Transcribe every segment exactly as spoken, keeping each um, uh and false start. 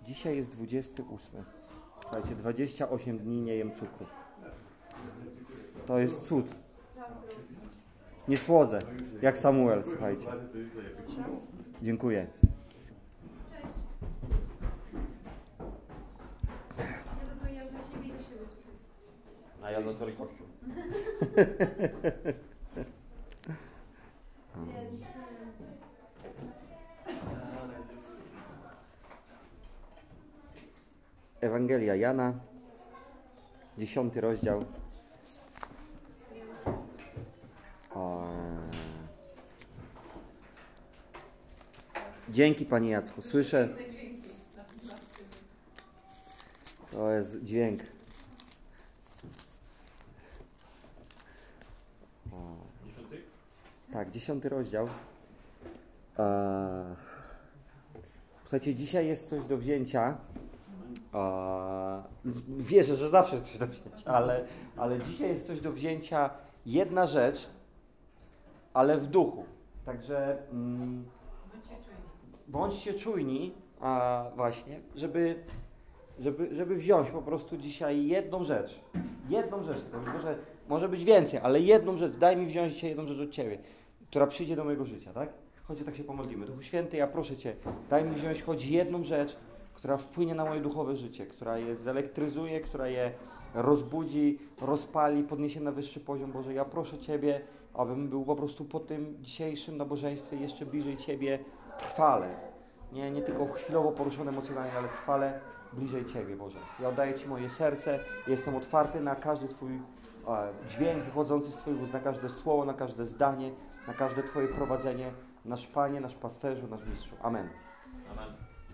Dzisiaj jest dwudziesty ósmy. Słuchajcie, dwadzieścia osiem dni nie jem cukru. To jest cud. Nie słodzę, jak Samuel, słuchajcie. Dziękuję. A ja za cały kościół. Ewangelia Jana, dziesiąty rozdział. O... Dzięki, Panie Jacku. Słyszę. To jest dźwięk. O... Tak, dziesiąty rozdział. E... Słuchajcie, dzisiaj jest coś do wzięcia. E... Wierzę, że zawsze jest coś do wzięcia, ale, ale dzisiaj jest coś do wzięcia. Jedna rzecz, ale w duchu. Także mm, bądźcie czujni, a właśnie, żeby, żeby, żeby wziąć po prostu dzisiaj jedną rzecz. Jedną rzecz, to może, może być więcej, ale jedną rzecz. Daj mi wziąć dzisiaj jedną rzecz od Ciebie, która przyjdzie do mojego życia, tak? Chodźcie, tak się pomodlimy. Duchu Święty, ja proszę Cię, daj mi wziąć choć jedną rzecz, która wpłynie na moje duchowe życie, która je zelektryzuje, która je rozbudzi, rozpali, podniesie na wyższy poziom. Boże, ja proszę Ciebie, abym był po prostu po tym dzisiejszym nabożeństwie jeszcze bliżej Ciebie trwale. Nie, nie tylko chwilowo poruszony emocjonalnie, ale trwale bliżej Ciebie, Boże. Ja oddaję Ci moje serce, jestem otwarty na każdy Twój e, dźwięk wychodzący z Twoich ust, na każde słowo, na każde zdanie, na każde Twoje prowadzenie. Nasz Panie, nasz Pasterzu, nasz Mistrzu. Amen. Amen.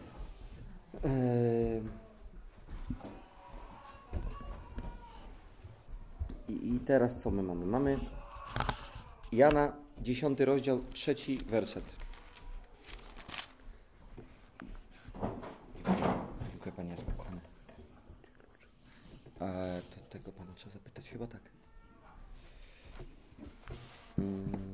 I, I teraz co my mamy? Mamy Jana, dziesiąty rozdział, trzeci werset. Dziękuję, Panie Jacku, kochany. A to tego Pana trzeba zapytać, chyba tak. Hmm.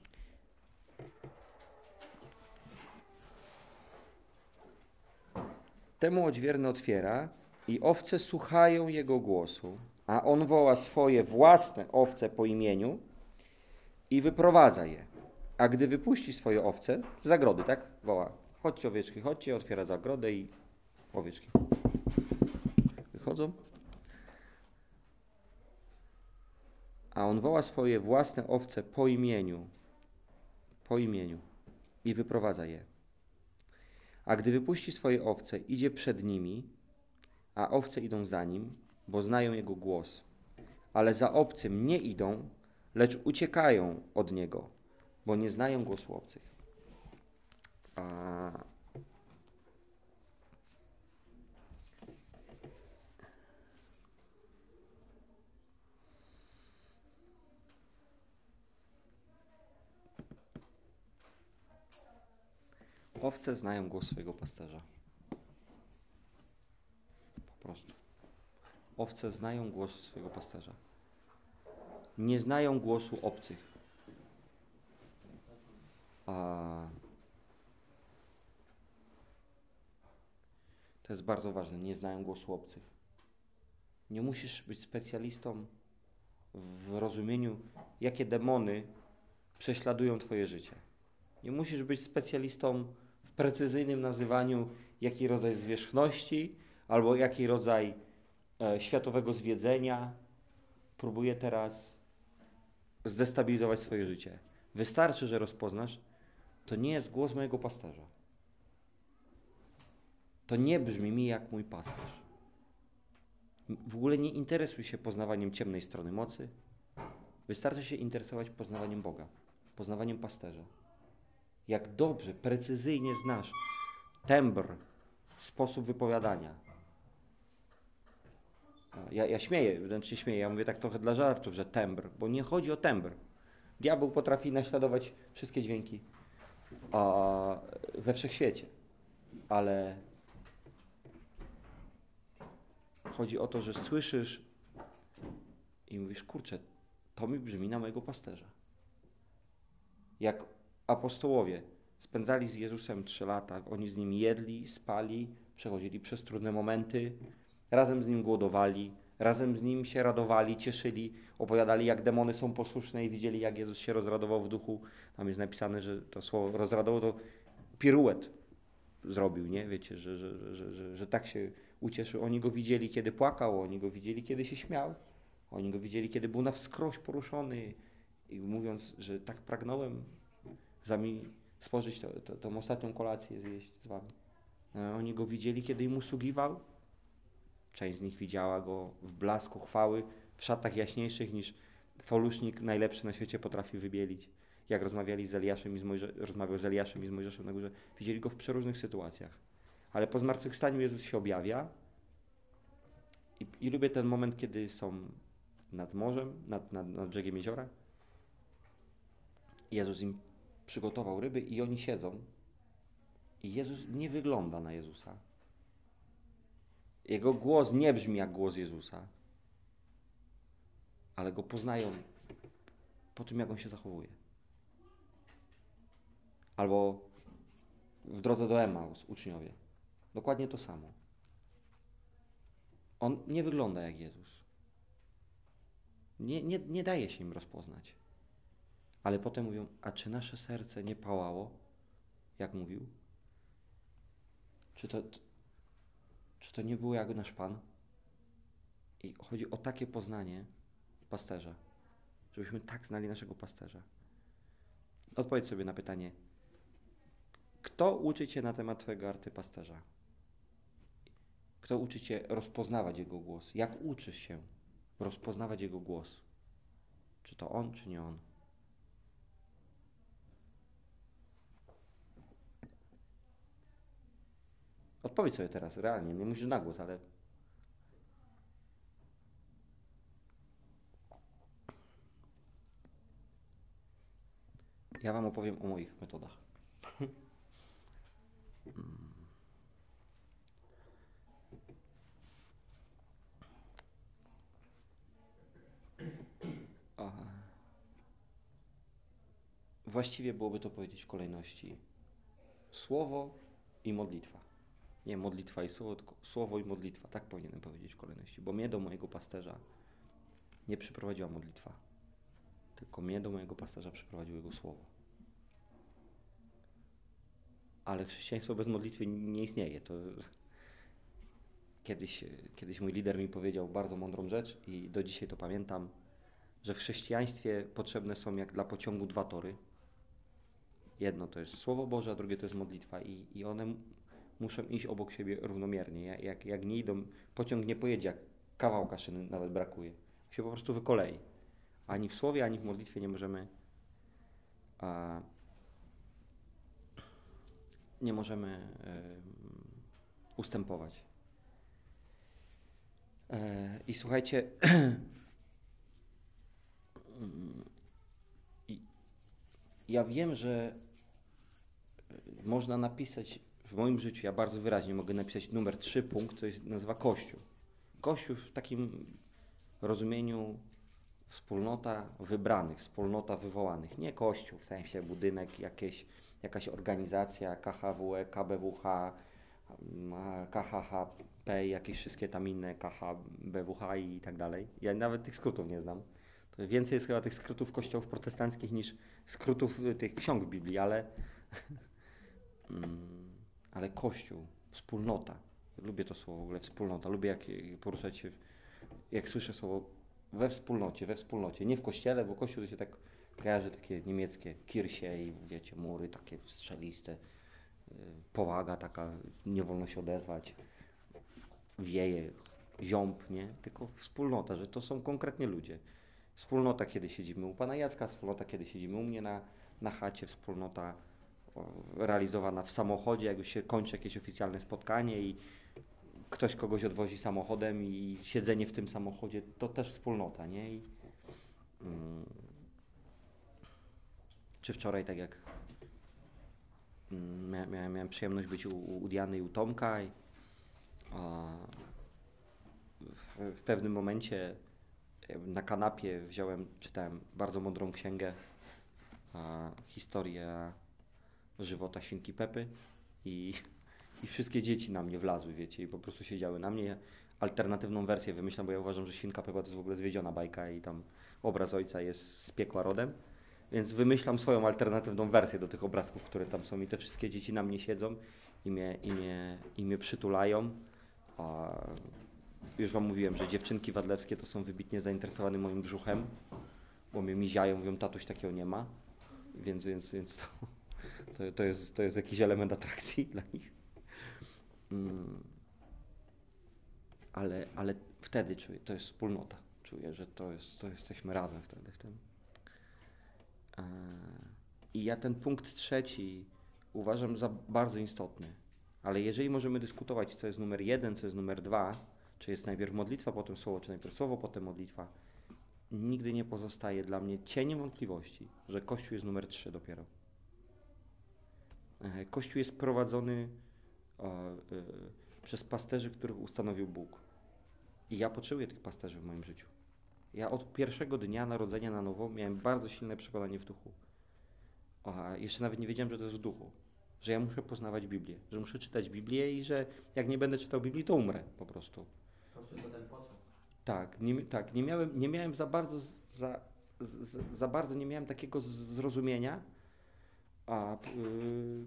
Temu odźwierny otwiera i owce słuchają jego głosu, a on woła swoje własne owce po imieniu i wyprowadza je. A gdy wypuści swoje owce, z zagrody, tak? Woła, chodźcie owieczki, chodźcie, otwiera zagrodę i owieczki wychodzą. A on woła swoje własne owce po imieniu, po imieniu i wyprowadza je. A gdy wypuści swoje owce, idzie przed nimi, a owce idą za nim, bo znają jego głos. Ale za obcym nie idą, lecz uciekają od niego, bo nie znają głosu obcych. A... Owce znają głos swojego pasterza. Po prostu. Owce znają głos swojego pasterza. Nie znają głosu obcych. A... To jest bardzo ważne. Nie znają głosu obcych. Nie musisz być specjalistą w rozumieniu, jakie demony prześladują Twoje życie. Nie musisz być specjalistą w precyzyjnym nazywaniu, jaki rodzaj zwierzchności albo jaki rodzaj e, światowego zwiedzenia próbuje teraz zdestabilizować swoje życie. Wystarczy, że rozpoznasz, to nie jest głos mojego pasterza. To nie brzmi mi jak mój pasterz. W ogóle nie interesuj się poznawaniem ciemnej strony mocy. Wystarczy się interesować poznawaniem Boga, poznawaniem pasterza. Jak dobrze, precyzyjnie znasz tembr, sposób wypowiadania. Ja, ja śmieję, wręcz się śmieję, ja mówię tak trochę dla żartów, że tembr, bo nie chodzi o tembr. Diabeł potrafi naśladować wszystkie dźwięki a, we wszechświecie, ale chodzi o to, że słyszysz i mówisz, kurczę, to mi brzmi na mojego pasterza. Jak apostołowie spędzali z Jezusem trzy lata. Oni z Nim jedli, spali, przechodzili przez trudne momenty, razem z Nim głodowali, razem z Nim się radowali, cieszyli, opowiadali, jak demony są posłuszne i widzieli, jak Jezus się rozradował w duchu. Tam jest napisane, że to słowo rozradował, to piruet zrobił, nie? Wiecie, że, że, że, że, że, że tak się ucieszył. Oni Go widzieli, kiedy płakał, oni Go widzieli, kiedy się śmiał, oni Go widzieli, kiedy był na wskroś poruszony i mówiąc, że tak pragnąłem z wami spożyć to, to, tą ostatnią kolację, zjeść z wami. No, oni Go widzieli, kiedy im usługiwał. Część z nich widziała Go w blasku chwały, w szatach jaśniejszych niż folusznik najlepszy na świecie potrafi wybielić. Jak rozmawiali z Eliaszem i z Mojże- rozmawiał z Eliaszem i z Mojżeszem na górze, widzieli Go w przeróżnych sytuacjach. Ale po zmartwychwstaniu Jezus się objawia i, i lubię ten moment, kiedy są nad morzem, nad, nad, nad brzegiem jeziora. Jezus im przygotował ryby i oni siedzą. I Jezus nie wygląda na Jezusa. Jego głos nie brzmi jak głos Jezusa, ale Go poznają po tym, jak On się zachowuje. Albo w drodze do Emaus uczniowie. Dokładnie to samo. On nie wygląda jak Jezus. Nie, nie, nie daje się im rozpoznać. Ale potem mówią, a czy nasze serce nie pałało, jak mówił? Czy to, czy to nie było jak nasz Pan? I chodzi o takie poznanie pasterza, żebyśmy tak znali naszego pasterza. Odpowiedz sobie na pytanie, kto uczy Cię na temat Twojego arcypasterza? Kto uczy Cię rozpoznawać Jego głos? Jak uczysz się rozpoznawać Jego głos? Czy to On, czy nie On? Odpowiedz sobie teraz, realnie, nie musisz na głos, ale... Ja Wam opowiem o moich metodach. Aha. Właściwie byłoby to powiedzieć w kolejności słowo i modlitwa. Nie modlitwa i słowo, tylko słowo i modlitwa. Tak powinienem powiedzieć w kolejności, bo mnie do mojego pasterza nie przyprowadziła modlitwa, tylko mnie do mojego pasterza przyprowadziło Jego słowo. Ale chrześcijaństwo bez modlitwy nie istnieje. To kiedyś, kiedyś mój lider mi powiedział bardzo mądrą rzecz i do dzisiaj to pamiętam, że w chrześcijaństwie potrzebne są jak dla pociągu dwa tory. Jedno to jest Słowo Boże, a drugie to jest modlitwa i, i one muszą iść obok siebie równomiernie. Jak, jak nie idą, pociąg nie pojedzie, jak kawałka szyny nawet brakuje. Się po prostu wykolei. Ani w słowie, ani w modlitwie nie możemy a, nie możemy e, ustępować. E, I słuchajcie, ja wiem, że można napisać w moim życiu, ja bardzo wyraźnie mogę napisać numer trzy punkt, co się nazywa Kościół. Kościół w takim rozumieniu wspólnota wybranych, wspólnota wywołanych. Nie Kościół, w sensie budynek, jakieś, jakaś organizacja, K H W E, K B W H, K H H P, jakieś wszystkie tam inne, K H B W H i tak dalej. Ja nawet tych skrótów nie znam. To więcej jest chyba tych skrótów kościołów protestanckich niż skrótów tych ksiąg w Biblii, ale, ale Kościół, wspólnota. Lubię to słowo w ogóle, wspólnota. Lubię jak poruszać się, jak słyszę słowo we wspólnocie, we wspólnocie. Nie w kościele, bo Kościół to się tak kojarzy, takie niemieckie kirsie i wiecie, mury takie strzeliste, powaga taka, nie wolno się odezwać, wieje, ziąb, nie? Tylko wspólnota, że to są konkretnie ludzie. Wspólnota, kiedy siedzimy u Pana Jacka, wspólnota, kiedy siedzimy u mnie na, na chacie, wspólnota o, realizowana w samochodzie, jak już się kończy jakieś oficjalne spotkanie i ktoś kogoś odwozi samochodem i siedzenie w tym samochodzie, to też wspólnota, nie? I, mm, czy wczoraj, tak jak mm, miałem, miałem przyjemność być u, u Diany i u Tomka i a, w, w pewnym momencie na kanapie wziąłem, czytałem bardzo mądrą księgę, a, historię żywota świnki Pepy i, i wszystkie dzieci na mnie wlazły, wiecie, i po prostu siedziały na mnie. Alternatywną wersję wymyślam, bo ja uważam, że świnka Pepa to jest w ogóle zwiedziona bajka i tam obraz ojca jest z piekła rodem. Więc wymyślam swoją alternatywną wersję do tych obrazków, które tam są i te wszystkie dzieci na mnie siedzą i mnie, i mnie, i mnie przytulają. A już wam mówiłem, że dziewczynki wadlewskie to są wybitnie zainteresowane moim brzuchem, bo mnie miziają, mówią, tatuś takiego nie ma. Więc, więc, więc to, to, to, jest, to jest jakiś element atrakcji dla nich. Mm. Ale, ale wtedy czuję, to jest wspólnota. Czuję, że to, jest, to jesteśmy razem wtedy w tym. I ja ten punkt trzeci uważam za bardzo istotny. Ale jeżeli możemy dyskutować, co jest numer jeden, co jest numer dwa, czy jest najpierw modlitwa, potem słowo, czy najpierw słowo, potem modlitwa, nigdy nie pozostaje dla mnie cieniem wątpliwości, że Kościół jest numer trzy dopiero. Kościół jest prowadzony o, y, przez pasterzy, których ustanowił Bóg. I ja potrzebuję tych pasterzy w moim życiu. Ja od pierwszego dnia narodzenia na nowo miałem bardzo silne przekonanie w duchu. A jeszcze nawet nie wiedziałem, że to jest w duchu. Że ja muszę poznawać Biblię. Że muszę czytać Biblię i że jak nie będę czytał Biblii, to umrę po prostu. Kościół to ten pociąg. Tak, nie, tak, nie miałem, nie miałem za bardzo, za, za, za bardzo nie miałem takiego zrozumienia, a yy,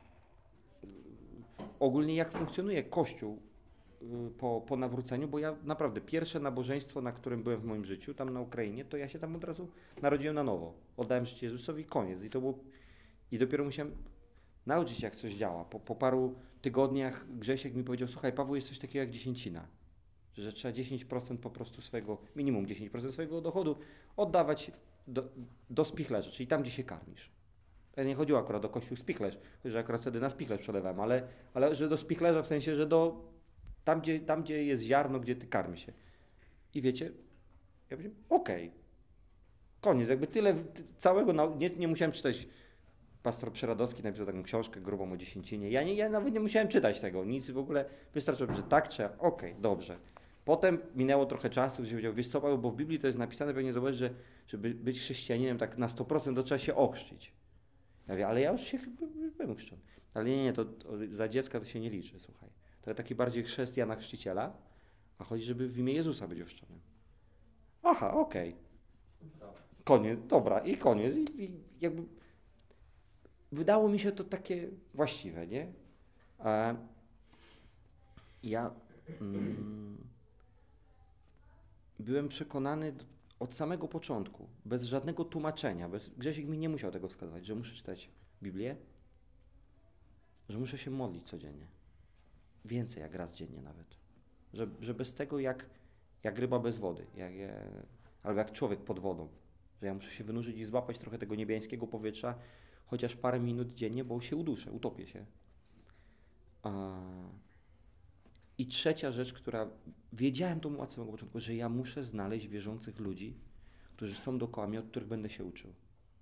ogólnie jak funkcjonuje Kościół Po, po nawróceniu, bo ja naprawdę pierwsze nabożeństwo, na którym byłem w moim życiu, tam na Ukrainie, to ja się tam od razu narodziłem na nowo. Oddałem życie Jezusowi i koniec. I to było, i dopiero musiałem nauczyć się, jak coś działa. Po, po paru tygodniach Grzesiek mi powiedział, słuchaj Paweł, jest coś takiego jak dziesięcina. Że trzeba dziesięć procent po prostu swojego, minimum dziesięć procent swojego dochodu oddawać do, do spichlerza, czyli tam, gdzie się karmisz. Ja nie chodziło akurat do kościół spichlerz, że akurat wtedy na spichlerz przelewałem, ale, ale że do spichlerza w sensie, że do Tam gdzie, tam, gdzie jest ziarno, gdzie ty karmi się. I wiecie, ja powiedziałem, okej, okay. Koniec, jakby tyle, ty, całego, nau- nie, nie musiałem czytać, pastor Przeradowski napisał taką książkę grubą o dziesięcinie, ja, nie, ja nawet nie musiałem czytać tego, nic w ogóle, wystarczyło, że tak trzeba, okej, okay, dobrze. Potem minęło trochę czasu, że powiedział, wiesz co, Paweł, bo w Biblii to jest napisane, pewnie zobacz, że żeby być chrześcijaninem tak na sto procent, to trzeba się ochrzcić. Ja mówię, ale ja już się już byłem chrzczony. Ale nie, nie, to, to za dziecka to się nie liczy, słuchaj. To taki bardziej chrzest Jana Chrzciciela, a chodzi, żeby w imię Jezusa być ochrzczonym. Aha, okej. Okay. Koniec, dobra, i koniec. I, i jakby wydało mi się to takie właściwe, nie? A ja mm, byłem przekonany od samego początku, bez żadnego tłumaczenia, bez, Grzesiek mi nie musiał tego wskazywać, że muszę czytać Biblię, że muszę się modlić codziennie. Więcej jak raz dziennie nawet. Że, że bez tego jak, jak ryba bez wody, jak, jak, albo jak człowiek pod wodą. Że ja muszę się wynurzyć i złapać trochę tego niebiańskiego powietrza, chociaż parę minut dziennie, bo się uduszę, utopię się. A... I trzecia rzecz, która wiedziałem to od samego początku, że ja muszę znaleźć wierzących ludzi, którzy są dookoła mnie, od których będę się uczył.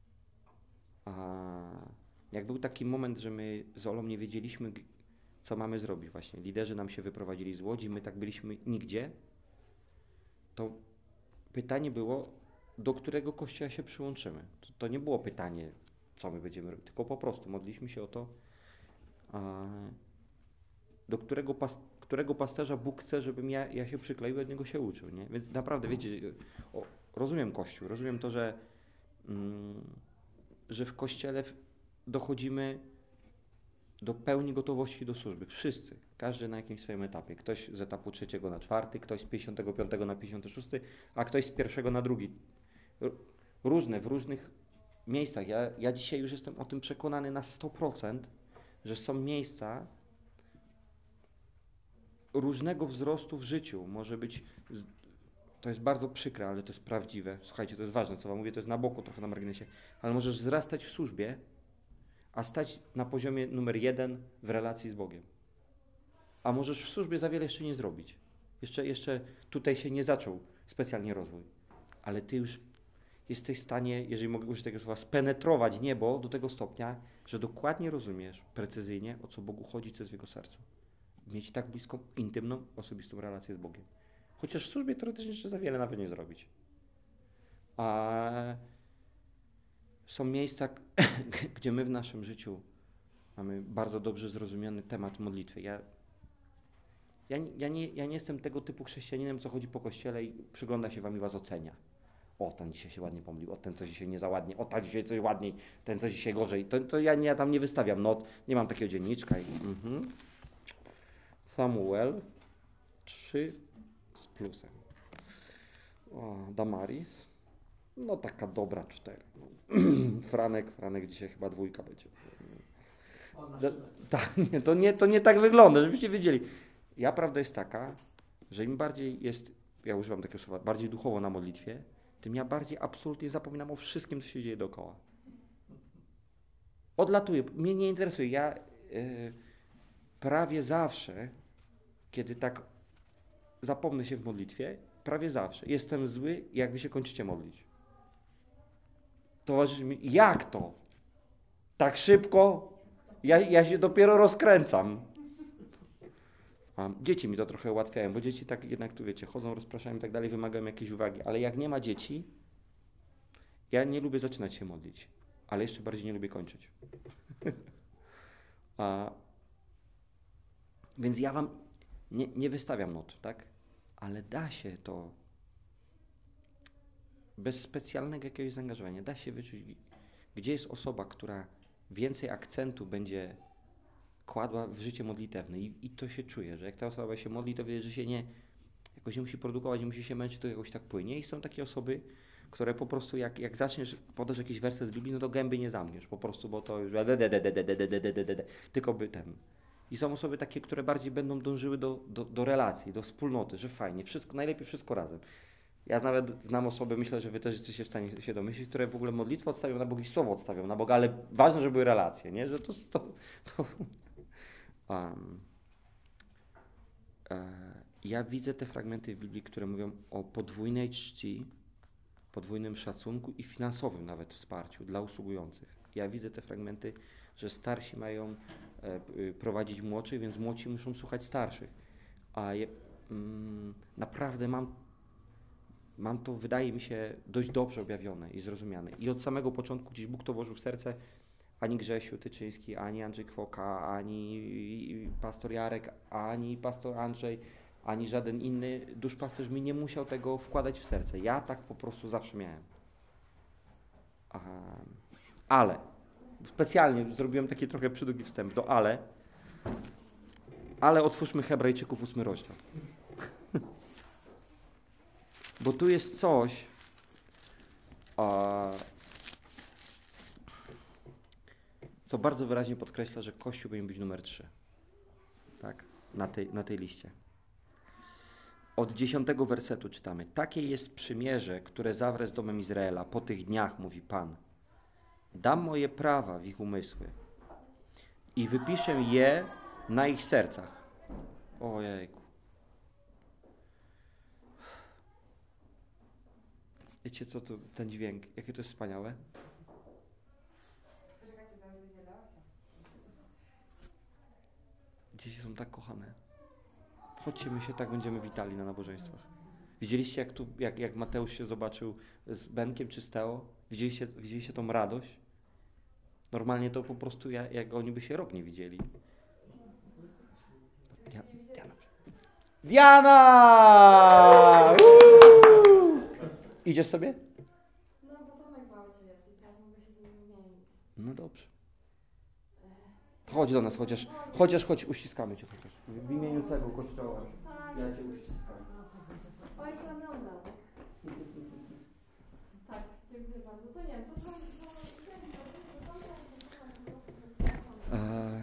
A... Jak był taki moment, że my z Olą nie wiedzieliśmy, co mamy zrobić właśnie. Liderzy nam się wyprowadzili z Łodzi, my tak byliśmy nigdzie. To pytanie było, do którego kościoła się przyłączymy. To, to nie było pytanie, co my będziemy robić, tylko po prostu modliliśmy się o to, a, do którego, pas, którego pasterza Bóg chce, żebym ja, ja się przykleił i od niego się uczył. Nie? Więc naprawdę, wiecie, o, rozumiem Kościół, rozumiem to, że, mm, że w Kościele dochodzimy do pełni gotowości do służby. Wszyscy. Każdy na jakimś swoim etapie. Ktoś z etapu trzeciego na czwarty, ktoś z pięćdziesiątego piątego na pięćdziesiąty szósty, a ktoś z pierwszego na drugi. Różne, w różnych miejscach. Ja, ja dzisiaj już jestem o tym przekonany na sto procent, że są miejsca różnego wzrostu w życiu. Może być, to jest bardzo przykre, ale to jest prawdziwe. Słuchajcie, to jest ważne, co wam mówię, to jest na boku, trochę na marginesie, ale możesz wzrastać w służbie, a stać na poziomie numer jeden w relacji z Bogiem. A możesz w służbie za wiele jeszcze nie zrobić. Jeszcze, jeszcze tutaj się nie zaczął specjalnie rozwój. Ale ty już jesteś w stanie, jeżeli mogę użyć tego słowa, spenetrować niebo do tego stopnia, że dokładnie rozumiesz precyzyjnie, o co Bogu chodzi, co jest w Jego sercu. Mieć tak bliską, intymną, osobistą relację z Bogiem. Chociaż w służbie teoretycznie jeszcze za wiele nawet nie zrobić. A są miejsca, gdzie my w naszym życiu Mamy bardzo dobrze zrozumiany temat modlitwy. Ja, ja, ja, nie, ja nie jestem tego typu chrześcijaninem, co chodzi po kościele i przygląda się wam i was ocenia. O, ten dzisiaj się ładnie pomylił, o, ten coś dzisiaj nie za ładnie, o, ten dzisiaj coś ładniej, ten coś dzisiaj gorzej. To, to ja, nie, ja tam nie wystawiam not, nie mam takiego dzienniczka. I, mhm. Samuel trzy z plusem. O, Damaris. No taka dobra cztery. Franek, Franek dzisiaj chyba dwójka będzie. To, ta, nie, to, nie, to nie tak wygląda, żebyście wiedzieli. Ja prawda jest taka, że im bardziej jest, ja używam takiego słowa, bardziej duchowo na modlitwie, tym ja bardziej absolutnie zapominam o wszystkim, co się dzieje dookoła. Odlatuję, mnie nie interesuje. Ja yy, prawie zawsze, kiedy tak zapomnę się w modlitwie, prawie zawsze jestem zły, jak wy się kończycie modlić. Towarzyszy mi, jak to? Tak szybko? Ja, ja się dopiero rozkręcam. A dzieci mi to trochę ułatwiają, bo dzieci tak jednak tu wiecie, chodzą, rozpraszają i tak dalej, wymagają jakiejś uwagi, ale jak nie ma dzieci, ja nie lubię zaczynać się modlić, ale jeszcze bardziej nie lubię kończyć. A, więc ja wam nie, nie wystawiam not, tak? Ale da się to bez specjalnego jakiegoś zaangażowania, da się wyczuć, gdzie jest osoba, która więcej akcentu będzie kładła w życie modlitewne i, i to się czuje, że jak ta osoba się modli, to wie, że się nie, jakoś nie musi produkować, nie musi się męczyć, to jakoś tak płynie. I są takie osoby, które po prostu jak, jak zaczniesz podać jakiś werset z Biblii, no to gęby nie zamkniesz po prostu, bo to już tylko by ten. I są osoby takie, które bardziej będą dążyły do, do, do relacji, do wspólnoty, że fajnie, wszystko, najlepiej wszystko razem. Ja nawet znam osoby, myślę, że wy też jesteście w stanie się domyślić, które w ogóle modlitwę odstawią na Boga i słowo odstawią na Boga, ale ważne, żeby były relacje, nie? Że to... to, to um, e, ja widzę te fragmenty w Biblii, które mówią o podwójnej czci, podwójnym szacunku i finansowym nawet wsparciu dla usługujących. Ja widzę te fragmenty, że starsi mają e, prowadzić młodszych, więc młodsi muszą słuchać starszych. A je, mm, naprawdę mam Mam to, wydaje mi się, dość dobrze objawione i zrozumiane. I od samego początku gdzieś Bóg to włożył w serce. Ani Grzesiu Tyczyński, ani Andrzej Kwoka, ani pastor Jarek, ani pastor Andrzej, ani żaden inny duszpasterz mi nie musiał tego wkładać w serce. Ja tak po prostu zawsze miałem. Ale, specjalnie zrobiłem taki trochę przydługi wstęp do ale, ale otwórzmy Hebrajczyków ósmy rozdział. Bo tu jest coś, a, co bardzo wyraźnie podkreśla, że Kościół powinien być numer trzy. Tak? Na tej, na tej liście. Od dziesiątego wersetu czytamy. Takie jest przymierze, które zawrę z domem Izraela. Po tych dniach, mówi Pan. Dam moje prawa w ich umysły i wypiszę je na ich sercach. Ojejku. Wiecie co to, ten dźwięk, jakie to jest wspaniałe? Dzieci są tak kochane. Chodźcie, my się tak będziemy witali na nabożeństwach. Widzieliście, jak, tu, jak, jak Mateusz się zobaczył z Benkiem czy z Teo? Widzieliście, widzieliście tą radość? Normalnie to po prostu, jak, jak oni by się rok nie widzieli. Diana! Diana! Diana! Idziesz sobie? No, bo Tomek w aucie jest i teraz mogę się z nim wymienić. No dobrze. Chodź do nas, chociaż, chociaż chodź, uściskamy cię chociaż. W imieniu całego Kościoła. Ja cię uściskam. Oj, Klamionda. Tak, dziękuję bardzo. To nie, to są... Eee...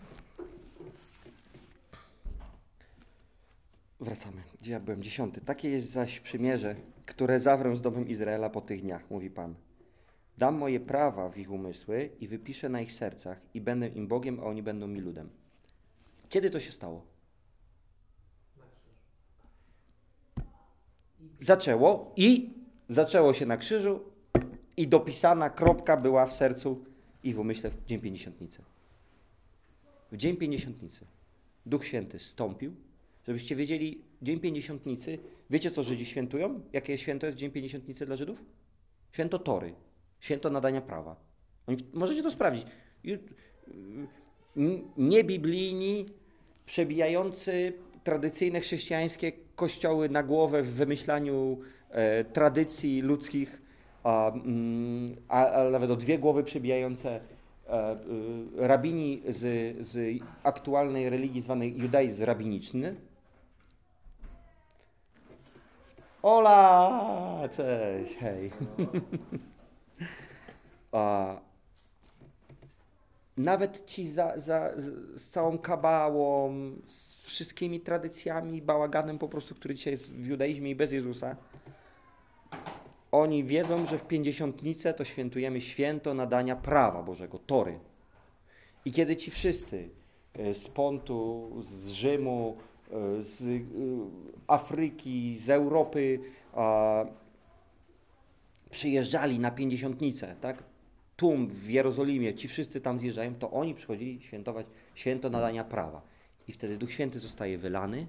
Wracamy. Gdzie ja byłem? Dziesiąty. Takie jest zaś przymierze, które zawrę z domem Izraela po tych dniach, mówi Pan. Dam moje prawa w ich umysły i wypiszę na ich sercach i będę im Bogiem, a oni będą mi ludem. Kiedy to się stało? Zaczęło i zaczęło się na krzyżu i dopisana kropka była w sercu i w umyśle w Dzień Pięćdziesiątnicy. W Dzień Pięćdziesiątnicy Duch Święty zstąpił. Żebyście wiedzieli, Dzień Pięćdziesiątnicy, wiecie co Żydzi świętują? Jakie święto jest Dzień Pięćdziesiątnicy dla Żydów? Święto Tory, święto nadania prawa. Oni, możecie to sprawdzić. niebiblijni, przebijający tradycyjne chrześcijańskie kościoły na głowę w wymyślaniu e, tradycji ludzkich, a, a, a nawet o dwie głowy przebijające e, e, rabini z, z aktualnej religii zwanej judaizm rabiniczny. Ola! Cześć, hej. a, Nawet ci za, za, z całą kabałą, z wszystkimi tradycjami, bałaganem po prostu, który dzisiaj jest w judaizmie i bez Jezusa, oni wiedzą, że w Pięćdziesiątnicę to świętujemy święto nadania prawa Bożego, Tory. I kiedy ci wszyscy z Pontu, z Rzymu, z Afryki, z Europy a, przyjeżdżali na Pięćdziesiątnicę, tak? Tłum w Jerozolimie, ci wszyscy tam zjeżdżają, to oni przychodzili świętować święto nadania prawa. I wtedy Duch Święty zostaje wylany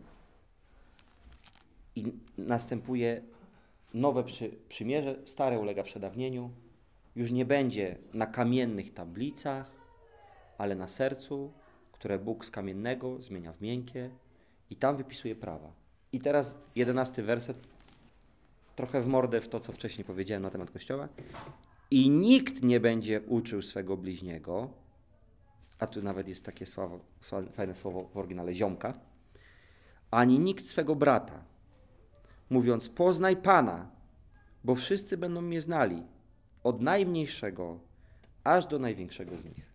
i następuje nowe przy, przymierze, stare ulega przedawnieniu. Już nie będzie na kamiennych tablicach, ale na sercu, które Bóg z kamiennego zmienia w miękkie i tam wypisuje prawa. I teraz jedenasty werset, trochę w mordę w to, co wcześniej powiedziałem na temat Kościoła. I nikt nie będzie uczył swego bliźniego, a tu nawet jest takie słowo, fajne słowo w oryginale, ziomka, ani nikt swego brata, mówiąc, poznaj Pana, bo wszyscy będą mnie znali, od najmniejszego aż do największego z nich.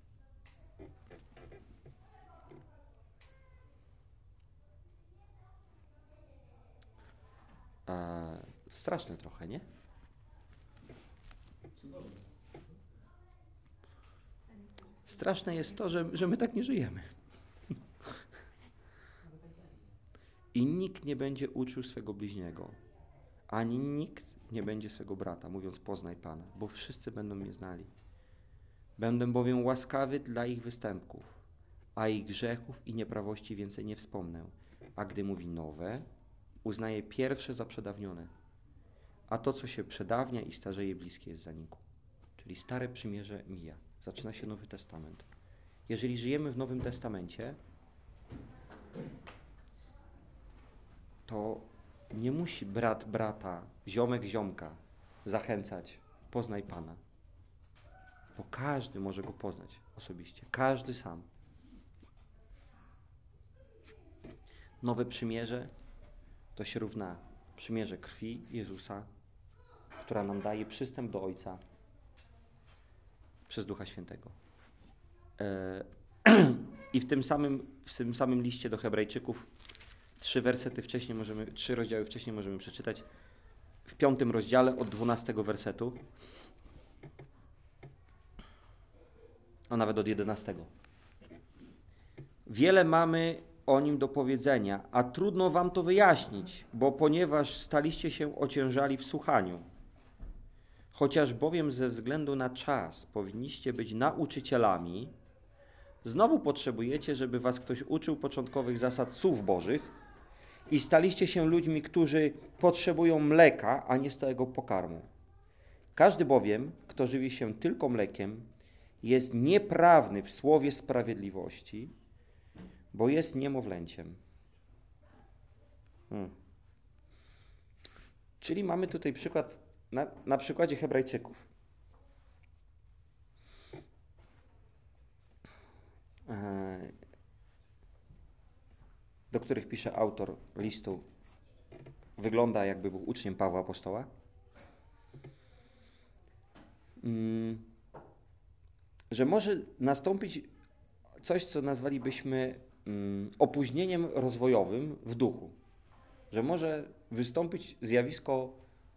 A, straszne trochę, nie? Straszne jest to, że, że my tak nie żyjemy. I nikt nie będzie uczył swego bliźniego, ani nikt nie będzie swego brata, mówiąc poznaj Pana, bo wszyscy będą mnie znali. Będę bowiem łaskawy dla ich występków, a ich grzechów i nieprawości więcej nie wspomnę. A gdy mówi nowe, uznaje pierwsze za przedawnione, a to, co się przedawnia i starzeje, bliskie jest zaniku. Czyli Stare Przymierze mija. Zaczyna się Nowy Testament. Jeżeli żyjemy w Nowym Testamencie, to nie musi brat brata, ziomek ziomka zachęcać, poznaj Pana. Bo każdy może Go poznać osobiście. Każdy sam. Nowe Przymierze to się równa przymierze krwi Jezusa, która nam daje przystęp do Ojca przez Ducha Świętego. I w tym samym, w tym samym liście do Hebrajczyków trzy wersety wcześniej możemy, trzy rozdziały wcześniej możemy przeczytać. W piątym rozdziale od dwunastego wersetu, a nawet od jedenastego. Wiele mamy o nim do powiedzenia, a trudno wam to wyjaśnić, bo ponieważ staliście się ociężali w słuchaniu. Chociaż bowiem ze względu na czas powinniście być nauczycielami, znowu potrzebujecie, żeby was ktoś uczył początkowych zasad słów Bożych i staliście się ludźmi, którzy potrzebują mleka, a nie stałego pokarmu. Każdy bowiem, kto żywi się tylko mlekiem, jest nieprawny w słowie sprawiedliwości, bo jest niemowlęciem. Hmm. Czyli mamy tutaj przykład na, na przykładzie Hebrajczyków. Do których pisze autor listu, wygląda jakby był uczniem Pawła Apostoła. Że może nastąpić coś, co nazwalibyśmy opóźnieniem rozwojowym w duchu. Że może wystąpić zjawisko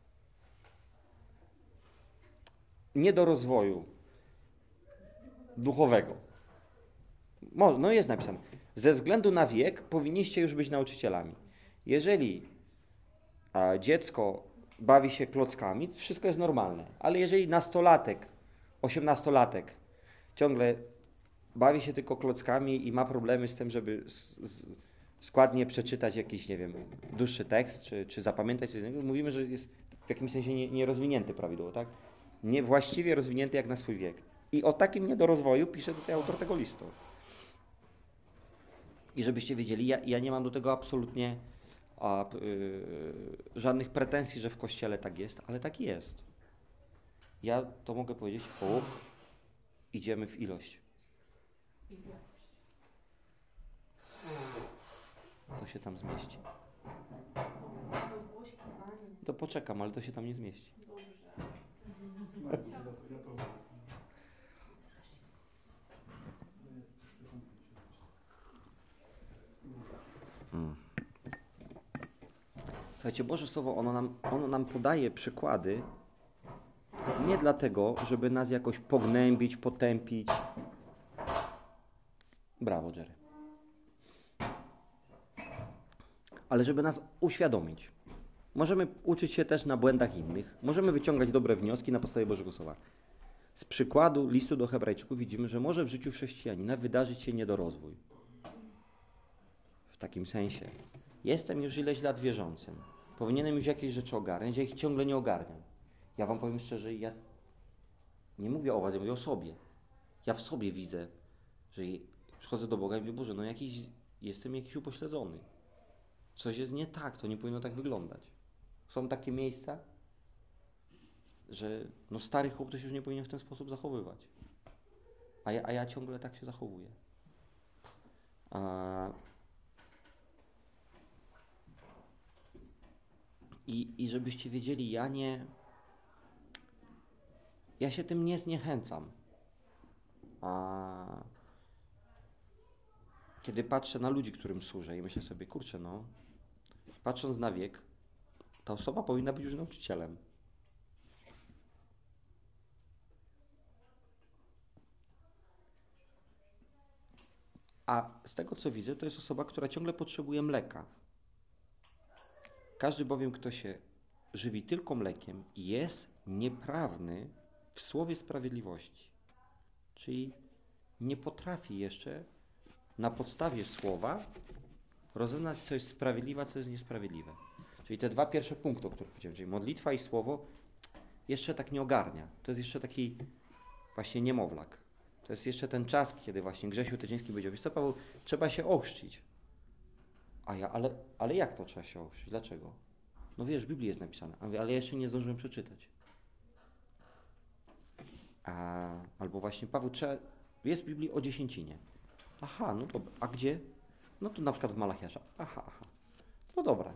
niedorozwoju duchowego. No jest napisane. Ze względu na wiek powinniście już być nauczycielami. Jeżeli a, dziecko bawi się klockami, to wszystko jest normalne. Ale jeżeli nastolatek, osiemnastolatek ciągle bawi się tylko klockami i ma problemy z tym, żeby z, z, składnie przeczytać jakiś, nie wiem, dłuższy tekst, czy, czy zapamiętać coś innego, mówimy, że jest w jakimś sensie nie, nierozwinięty prawidłowo, tak? Niewłaściwie rozwinięty jak na swój wiek. I o takim niedorozwoju pisze tutaj autor tego listu. I żebyście wiedzieli, ja, ja nie mam do tego absolutnie a, yy, żadnych pretensji, że w Kościele tak jest, ale tak jest. Ja to mogę powiedzieć, o, idziemy w ilość. To się tam zmieści. To poczekam, ale to się tam nie zmieści. Hmm. Słuchajcie, Boże Słowo, ono nam, ono nam podaje przykłady nie dlatego, żeby nas jakoś pognębić, potępić. Brawo, Jerry. Ale żeby nas uświadomić. Możemy uczyć się też na błędach innych. Możemy wyciągać dobre wnioski na podstawie Bożego Słowa. Z przykładu listu do Hebrajczyków widzimy, że może w życiu chrześcijanina wydarzyć się niedorozwój. W takim sensie. Jestem już ileś lat wierzącym. Powinienem już jakieś rzeczy ogarniać, ja ich ciągle nie ogarniam. Ja wam powiem szczerze, ja nie mówię o was, ja mówię o sobie. Ja w sobie widzę, że przychodzę do Boga i mówię, Boże, no jakiś, jestem jakiś upośledzony. Coś jest nie tak, to nie powinno tak wyglądać. Są takie miejsca, że no stary chłop to się już nie powinien w ten sposób zachowywać. A ja, a ja ciągle tak się zachowuję. A... I, I żebyście wiedzieli, ja nie... Ja się tym nie zniechęcam. A... Kiedy patrzę na ludzi, którym służę i myślę sobie, kurczę, no, patrząc na wiek, ta osoba powinna być już nauczycielem. A z tego, co widzę, to jest osoba, która ciągle potrzebuje mleka. Każdy bowiem, kto się żywi tylko mlekiem, jest nieprawny w słowie sprawiedliwości. Czyli nie potrafi jeszcze na podstawie słowa rozeznać, co jest sprawiedliwe, a co jest niesprawiedliwe. Czyli te dwa pierwsze punkty, o których powiedziałem, czyli modlitwa i słowo, jeszcze tak nie ogarnia. To jest jeszcze taki właśnie niemowlak. To jest jeszcze ten czas, kiedy właśnie Grzesiu Tydziński powiedział, wiesz co, Paweł, trzeba się ochrzcić. A ja, ale, ale jak to trzeba się ochrzcić? Dlaczego? No wiesz, w Biblii jest napisane, ale ja jeszcze nie zdążyłem przeczytać. A, albo właśnie, Paweł, trzeba, jest w Biblii o dziesięcinie. Aha, no dobra, a gdzie? No to na przykład w Malachiasza. Aha, aha. No dobra.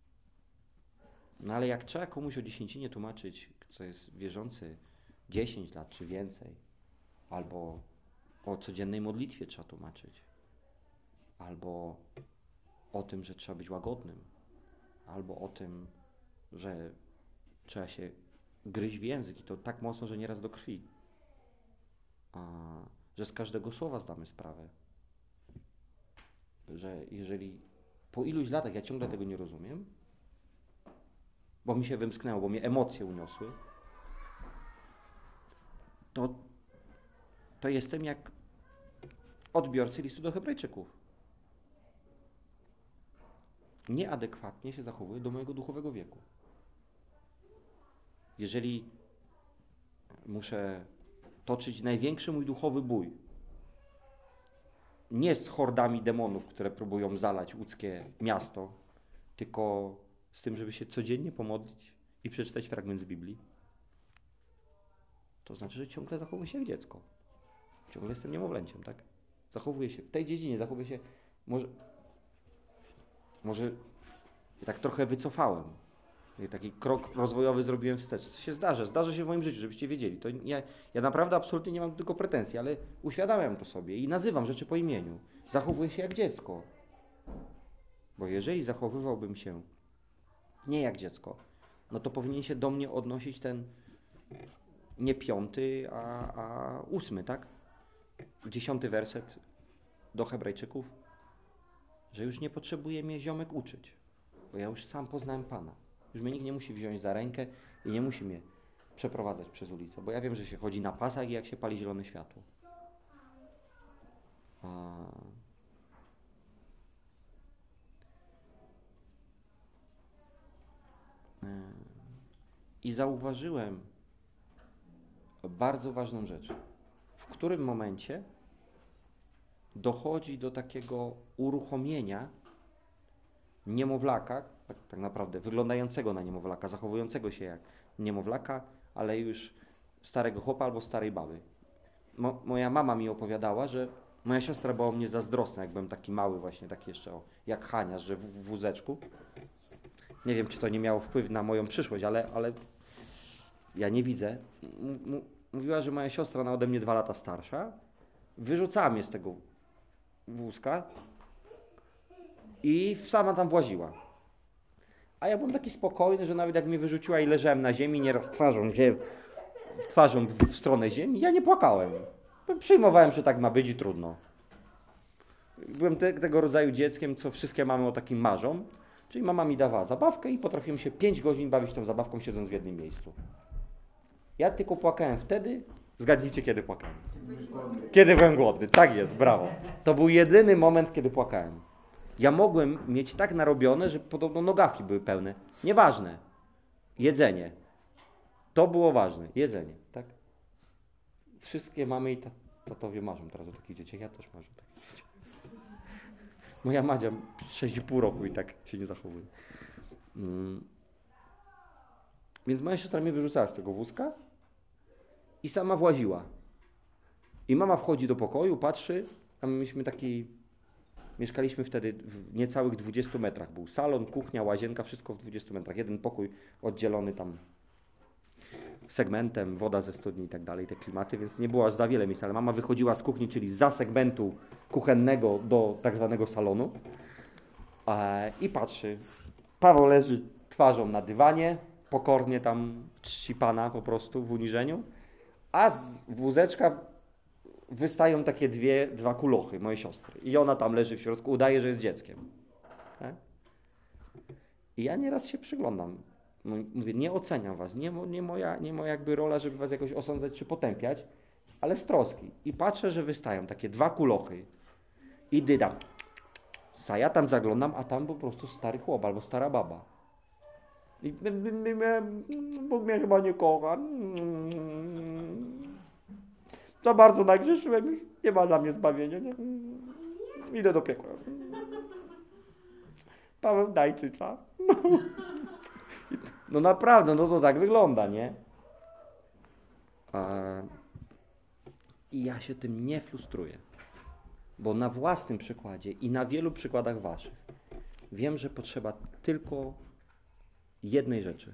No ale jak trzeba komuś o dziesięcinie tłumaczyć, co jest wierzący dziesięć lat czy więcej, albo o codziennej modlitwie trzeba tłumaczyć, albo o tym, że trzeba być łagodnym, albo o tym, że trzeba się gryźć w język i to tak mocno, że nieraz do krwi, a, że z każdego słowa zdamy sprawę, że jeżeli po iluś latach ja ciągle tego nie rozumiem, bo mi się wymsknęło, bo mnie emocje uniosły, to, to jestem jak odbiorcy listu do Hebrajczyków. Nieadekwatnie się zachowuję do mojego duchowego wieku. Jeżeli muszę toczyć największy mój duchowy bój, nie z hordami demonów, które próbują zalać łódzkie miasto, tylko z tym, żeby się codziennie pomodlić i przeczytać fragment z Biblii, to znaczy, że ciągle zachowuję się jak dziecko. Ciągle jestem niemowlęciem, tak? Zachowuję się w tej dziedzinie, zachowuję się, może, może ja tak trochę wycofałem. I taki krok rozwojowy zrobiłem wstecz. Co się zdarza, zdarza się w moim życiu, żebyście wiedzieli. To ja, ja naprawdę absolutnie nie mam do tego pretensji, ale uświadamiam to sobie i nazywam rzeczy po imieniu. Zachowuję się jak dziecko. Bo jeżeli zachowywałbym się nie jak dziecko, no to powinien się do mnie odnosić ten nie piąty, a, a ósmy, tak? Dziesiąty werset do Hebrajczyków, że już nie potrzebuje mnie ziomek uczyć, bo ja już sam poznałem Pana. Już mnie nikt nie musi wziąć za rękę i nie musi mnie przeprowadzać przez ulicę, bo ja wiem, że się chodzi na pasach i jak się pali zielone światło. A... I zauważyłem bardzo ważną rzecz. W którym momencie dochodzi do takiego uruchomienia niemowlaka, tak, tak naprawdę wyglądającego na niemowlaka, zachowującego się jak niemowlaka, ale już starego chłopa albo starej baby. Mo, moja mama mi opowiadała, że moja siostra była o mnie zazdrosna, jak byłem taki mały właśnie, taki jeszcze o, jak Hania, że w, w wózeczku. Nie wiem, czy to nie miało wpływu na moją przyszłość, ale, ale ja nie widzę. M- m- mówiła, że moja siostra, ona ode mnie dwa lata starsza, wyrzucała mnie z tego wózka i sama tam właziła. A ja byłem taki spokojny, że nawet jak mnie wyrzuciła i leżałem na ziemi, nieraz twarzą, twarzą w stronę ziemi, ja nie płakałem. Przyjmowałem, że tak ma być i trudno. Byłem te, tego rodzaju dzieckiem, co wszystkie mamy o takim marzą. Czyli mama mi dawała zabawkę i potrafiłem się pięć godzin bawić tą zabawką, siedząc w jednym miejscu. Ja tylko płakałem wtedy, zgadnijcie, kiedy płakałem. Kiedy byłem głodny, tak jest, brawo. To był jedyny moment, kiedy płakałem. Ja mogłem mieć tak narobione, że podobno nogawki były pełne. Nieważne. Jedzenie. To było ważne. Jedzenie, tak? Wszystkie mamy i tatowie marzą teraz o takich dzieciach. Ja też marzę o takich dzieciach. Moja Madzia sześć i pół roku i tak się nie zachowuje. Mm. Więc moja siostra mnie wyrzucała z tego wózka i sama właziła. I mama wchodzi do pokoju, patrzy, a my myśmy taki... Mieszkaliśmy wtedy w niecałych dwudziestu metrach. Był salon, kuchnia, łazienka, wszystko w dwudziestu metrach. Jeden pokój oddzielony tam segmentem, woda ze studni i tak dalej, te klimaty, więc nie było aż za wiele miejsc, ale mama wychodziła z kuchni, czyli za segmentu kuchennego do tak zwanego salonu e, i patrzy. Paweł leży twarzą na dywanie, pokornie tam czci Pana po prostu w uniżeniu, a z wózeczka wystają takie dwie, dwa kulochy, moje siostry. I ona tam leży w środku, udaje, że jest dzieckiem. Tak? I ja nieraz się przyglądam. Mówię, nie oceniam was, nie, nie, moja, nie moja jakby rola, żeby was jakoś osądzać czy potępiać, ale z troski. I patrzę, że wystają takie dwa kulochy i dydam. Sa ja tam zaglądam, a tam po prostu stary chłop albo stara baba. I Bóg mnie chyba nie kocha. Za bardzo nagrzeszyłem, już nie ma dla mnie zbawienia. Nie? Idę do piekła. Paweł, daj cyca. No naprawdę, no to tak wygląda, nie? I ja się tym nie frustruję. Bo na własnym przykładzie i na wielu przykładach waszych wiem, że potrzeba tylko jednej rzeczy.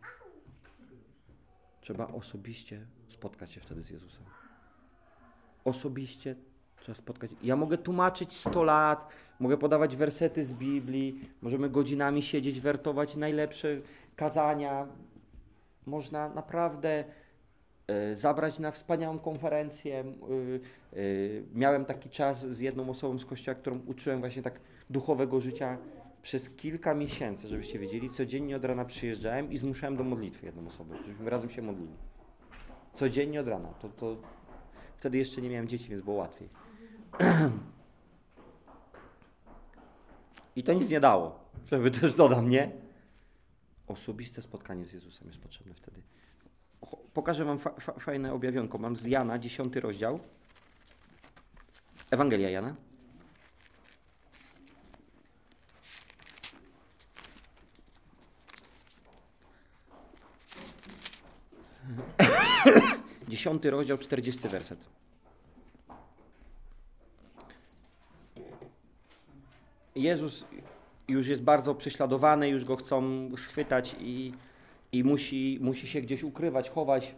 Trzeba osobiście spotkać się wtedy z Jezusem. Osobiście trzeba spotkać. Ja mogę tłumaczyć sto lat, mogę podawać wersety z Biblii, możemy godzinami siedzieć, wertować najlepsze kazania. Można naprawdę y, zabrać na wspaniałą konferencję. Y, y, miałem taki czas z jedną osobą z kościoła, którą uczyłem właśnie tak duchowego życia przez kilka miesięcy, żebyście wiedzieli. Codziennie od rana przyjeżdżałem i zmuszałem do modlitwy jedną osobę, żebyśmy razem się modlili. Codziennie od rana. To, to wtedy jeszcze nie miałem dzieci, więc było łatwiej. I to nic nie dało, żeby też dodam, nie? Osobiste spotkanie z Jezusem jest potrzebne wtedy. Pokażę wam fa- fa- fajne objawionko. Mam z Jana, dziesiąty rozdział. Ewangelia Jana. Dziesiąty rozdział, czterdziesty werset. Jezus już jest bardzo prześladowany, już go chcą schwytać i, i musi, musi się gdzieś ukrywać, chować.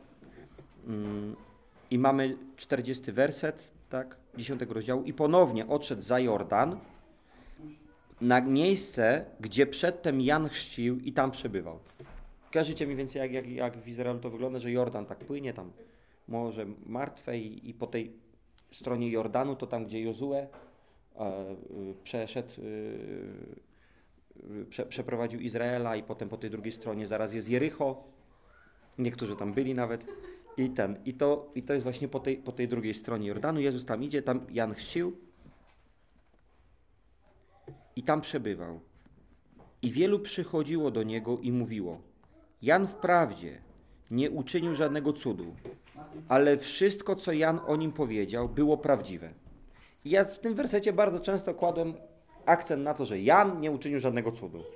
I mamy czterdziesty werset, tak, dziesiątego rozdziału. I ponownie odszedł za Jordan na miejsce, gdzie przedtem Jan chrzcił i tam przebywał. Kojarzycie mniej więcej, jak, jak, jak w Izraelu to wygląda, że Jordan tak płynie, tam Morze Martwe i, i po tej stronie Jordanu, to tam, gdzie Jozue e, przeszedł, e, prze, przeprowadził Izraela i potem po tej drugiej stronie zaraz jest Jericho. Niektórzy tam byli nawet. I ten, i to, i to jest właśnie po tej, po tej drugiej stronie Jordanu. Jezus tam idzie, tam Jan chrzcił i tam przebywał. I wielu przychodziło do niego i mówiło: Jan wprawdzie nie uczynił żadnego cudu, ale wszystko, co Jan o nim powiedział, było prawdziwe. Ja w tym wersecie bardzo często kładłem akcent na to, że Jan nie uczynił żadnego cudu.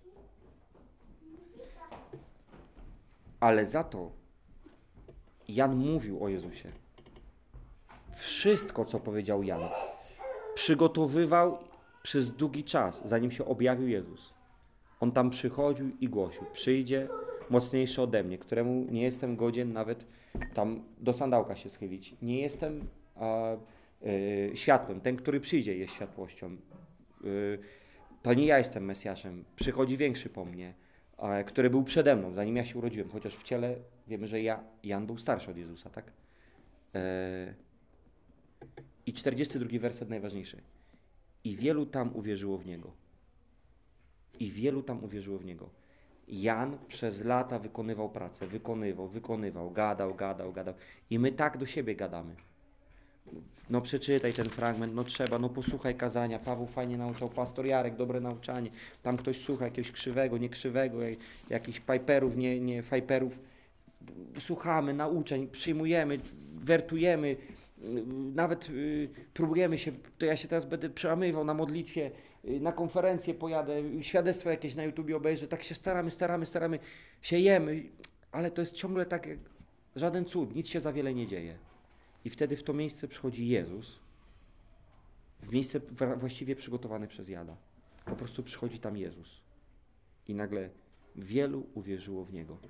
Ale za to Jan mówił o Jezusie. Wszystko, co powiedział Jan, przygotowywał przez długi czas, zanim się objawił Jezus. On tam przychodził i głosił: przyjdzie mocniejszy ode mnie, któremu nie jestem godzien nawet tam do sandałka się schylić. Nie jestem a, y, światłem. Ten, który przyjdzie, jest światłością. Y, to nie ja jestem Mesjaszem. Przychodzi większy po mnie, a, który był przede mną, zanim ja się urodziłem. Chociaż w ciele wiemy, że ja, Jan był starszy od Jezusa, tak? Y, I czterdziesty drugi werset najważniejszy. I wielu tam uwierzyło w Niego. I wielu tam uwierzyło w Niego. Jan przez lata wykonywał pracę, wykonywał, wykonywał, gadał, gadał, gadał. I my tak do siebie gadamy. No przeczytaj ten fragment, no trzeba, no posłuchaj kazania. Paweł fajnie nauczał, pastor Jarek, dobre nauczanie. Tam ktoś słucha jakiegoś krzywego, nie krzywego, jakichś piperów, nie, nie fajperów. Słuchamy nauczeń, przyjmujemy, wertujemy. Nawet y, próbujemy się, to ja się teraz będę przełamywał na modlitwie, y, na konferencję pojadę, świadectwo jakieś na YouTubie obejrzę, tak się staramy, staramy, staramy, siejemy, ale to jest ciągle tak jak żaden cud, nic się za wiele nie dzieje. I wtedy w to miejsce przychodzi Jezus, w miejsce właściwie przygotowane przez Jana. Po prostu przychodzi tam Jezus i nagle wielu uwierzyło w Niego.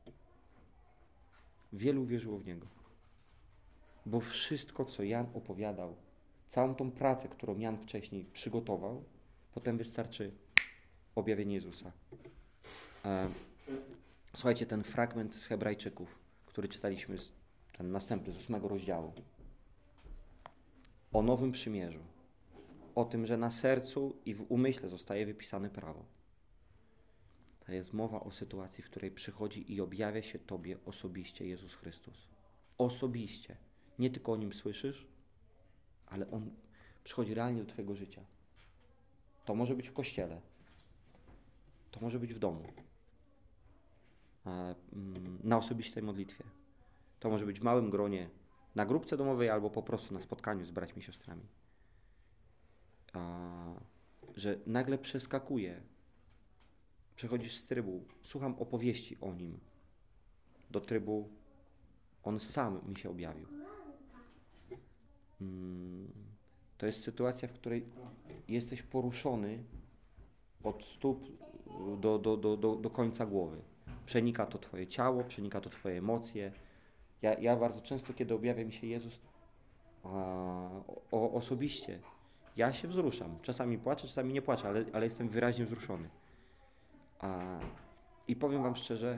Wielu uwierzyło w Niego. Bo wszystko, co Jan opowiadał, całą tą pracę, którą Jan wcześniej przygotował, potem wystarczy objawienie Jezusa. E, słuchajcie, ten fragment z Hebrajczyków, który czytaliśmy, ten następny, z ósmego rozdziału, o nowym przymierzu, o tym, że na sercu i w umyśle zostaje wypisane prawo. To jest mowa o sytuacji, w której przychodzi i objawia się Tobie osobiście Jezus Chrystus. Osobiście. Nie tylko o Nim słyszysz, ale On przychodzi realnie do Twojego życia. To może być w kościele. To może być w domu. Na osobistej modlitwie. To może być w małym gronie, na grupce domowej albo po prostu na spotkaniu z braćmi i siostrami. Że nagle przeskakuje. Przechodzisz z trybu, słucham opowieści o Nim, do trybu On sam mi się objawił. To jest sytuacja, w której jesteś poruszony od stóp do, do, do, do, do końca głowy. Przenika to Twoje ciało, przenika to Twoje emocje. Ja, ja bardzo często, kiedy objawia mi się Jezus a, o, osobiście, ja się wzruszam. Czasami płaczę, czasami nie płaczę, ale, ale jestem wyraźnie wzruszony. A, I powiem Wam szczerze,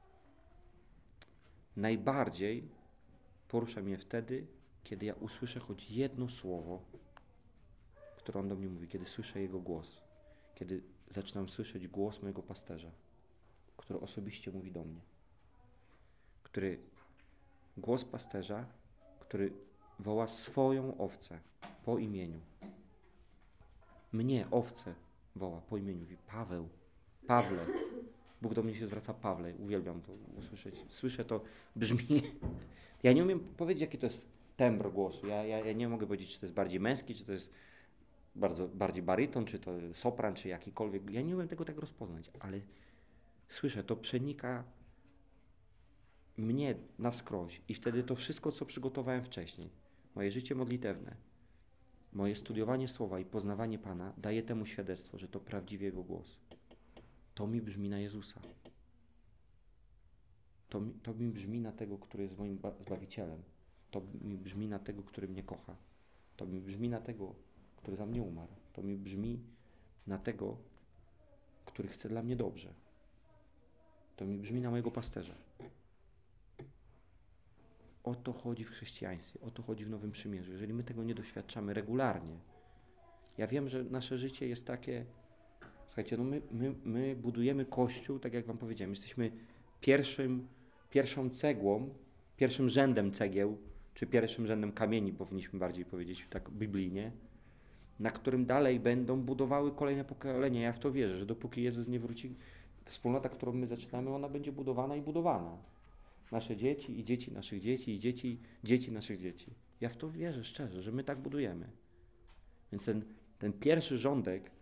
najbardziej porusza mnie wtedy, kiedy ja usłyszę choć jedno słowo, które On do mnie mówi, kiedy słyszę Jego głos, kiedy zaczynam słyszeć głos mojego pasterza, który osobiście mówi do mnie, który, głos pasterza, który woła swoją owcę po imieniu. Mnie, owcę, woła po imieniu, mówi: Paweł, Pawle. Bóg do mnie się zwraca: Pawle. Uwielbiam to usłyszeć. Słyszę to, brzmi. Ja nie umiem powiedzieć, jaki to jest tembr głosu. Ja, ja, ja nie mogę powiedzieć, czy to jest bardziej męski, czy to jest bardzo, bardziej baryton, czy to sopran, czy jakikolwiek. Ja nie umiem tego tak rozpoznać, ale słyszę, to przenika mnie na wskroś. I wtedy to wszystko, co przygotowałem wcześniej, moje życie modlitewne, moje studiowanie słowa i poznawanie Pana, daje temu świadectwo, że to prawdziwie Jego głos. To mi brzmi na Jezusa. To mi, to mi brzmi na tego, który jest moim Zbawicielem. To mi brzmi na tego, który mnie kocha. To mi brzmi na tego, który za mnie umarł. To mi brzmi na tego, który chce dla mnie dobrze. To mi brzmi na mojego pasterza. O to chodzi w chrześcijaństwie. O to chodzi w Nowym Przymierzu. Jeżeli my tego nie doświadczamy regularnie. Ja wiem, że nasze życie jest takie... Słuchajcie, no my, my, my budujemy Kościół, tak jak Wam powiedziałem. Jesteśmy pierwszym, pierwszą cegłą, pierwszym rzędem cegieł, czy pierwszym rzędem kamieni, powinniśmy bardziej powiedzieć tak biblijnie, na którym dalej będą budowały kolejne pokolenia. Ja w to wierzę, że dopóki Jezus nie wróci, wspólnota, którą my zaczynamy, ona będzie budowana i budowana. Nasze dzieci i dzieci naszych dzieci i dzieci, dzieci naszych dzieci. Ja w to wierzę szczerze, że my tak budujemy. Więc ten, ten pierwszy rządek,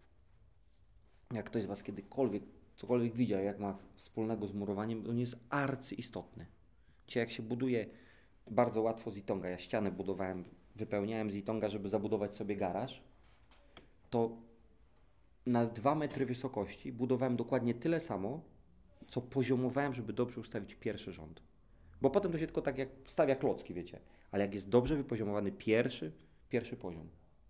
jak ktoś z was kiedykolwiek, cokolwiek widział, jak ma wspólnego z murowaniem, on jest arcyistotny. Cię jak się buduje bardzo łatwo z itonga, ja ścianę budowałem, wypełniałem z itonga, żeby zabudować sobie garaż, to na dwa metry wysokości budowałem dokładnie tyle samo, co poziomowałem, żeby dobrze ustawić pierwszy rząd. Bo potem to się tylko tak jak stawia klocki, wiecie. Ale jak jest dobrze wypoziomowany pierwszy, pierwszy poziom.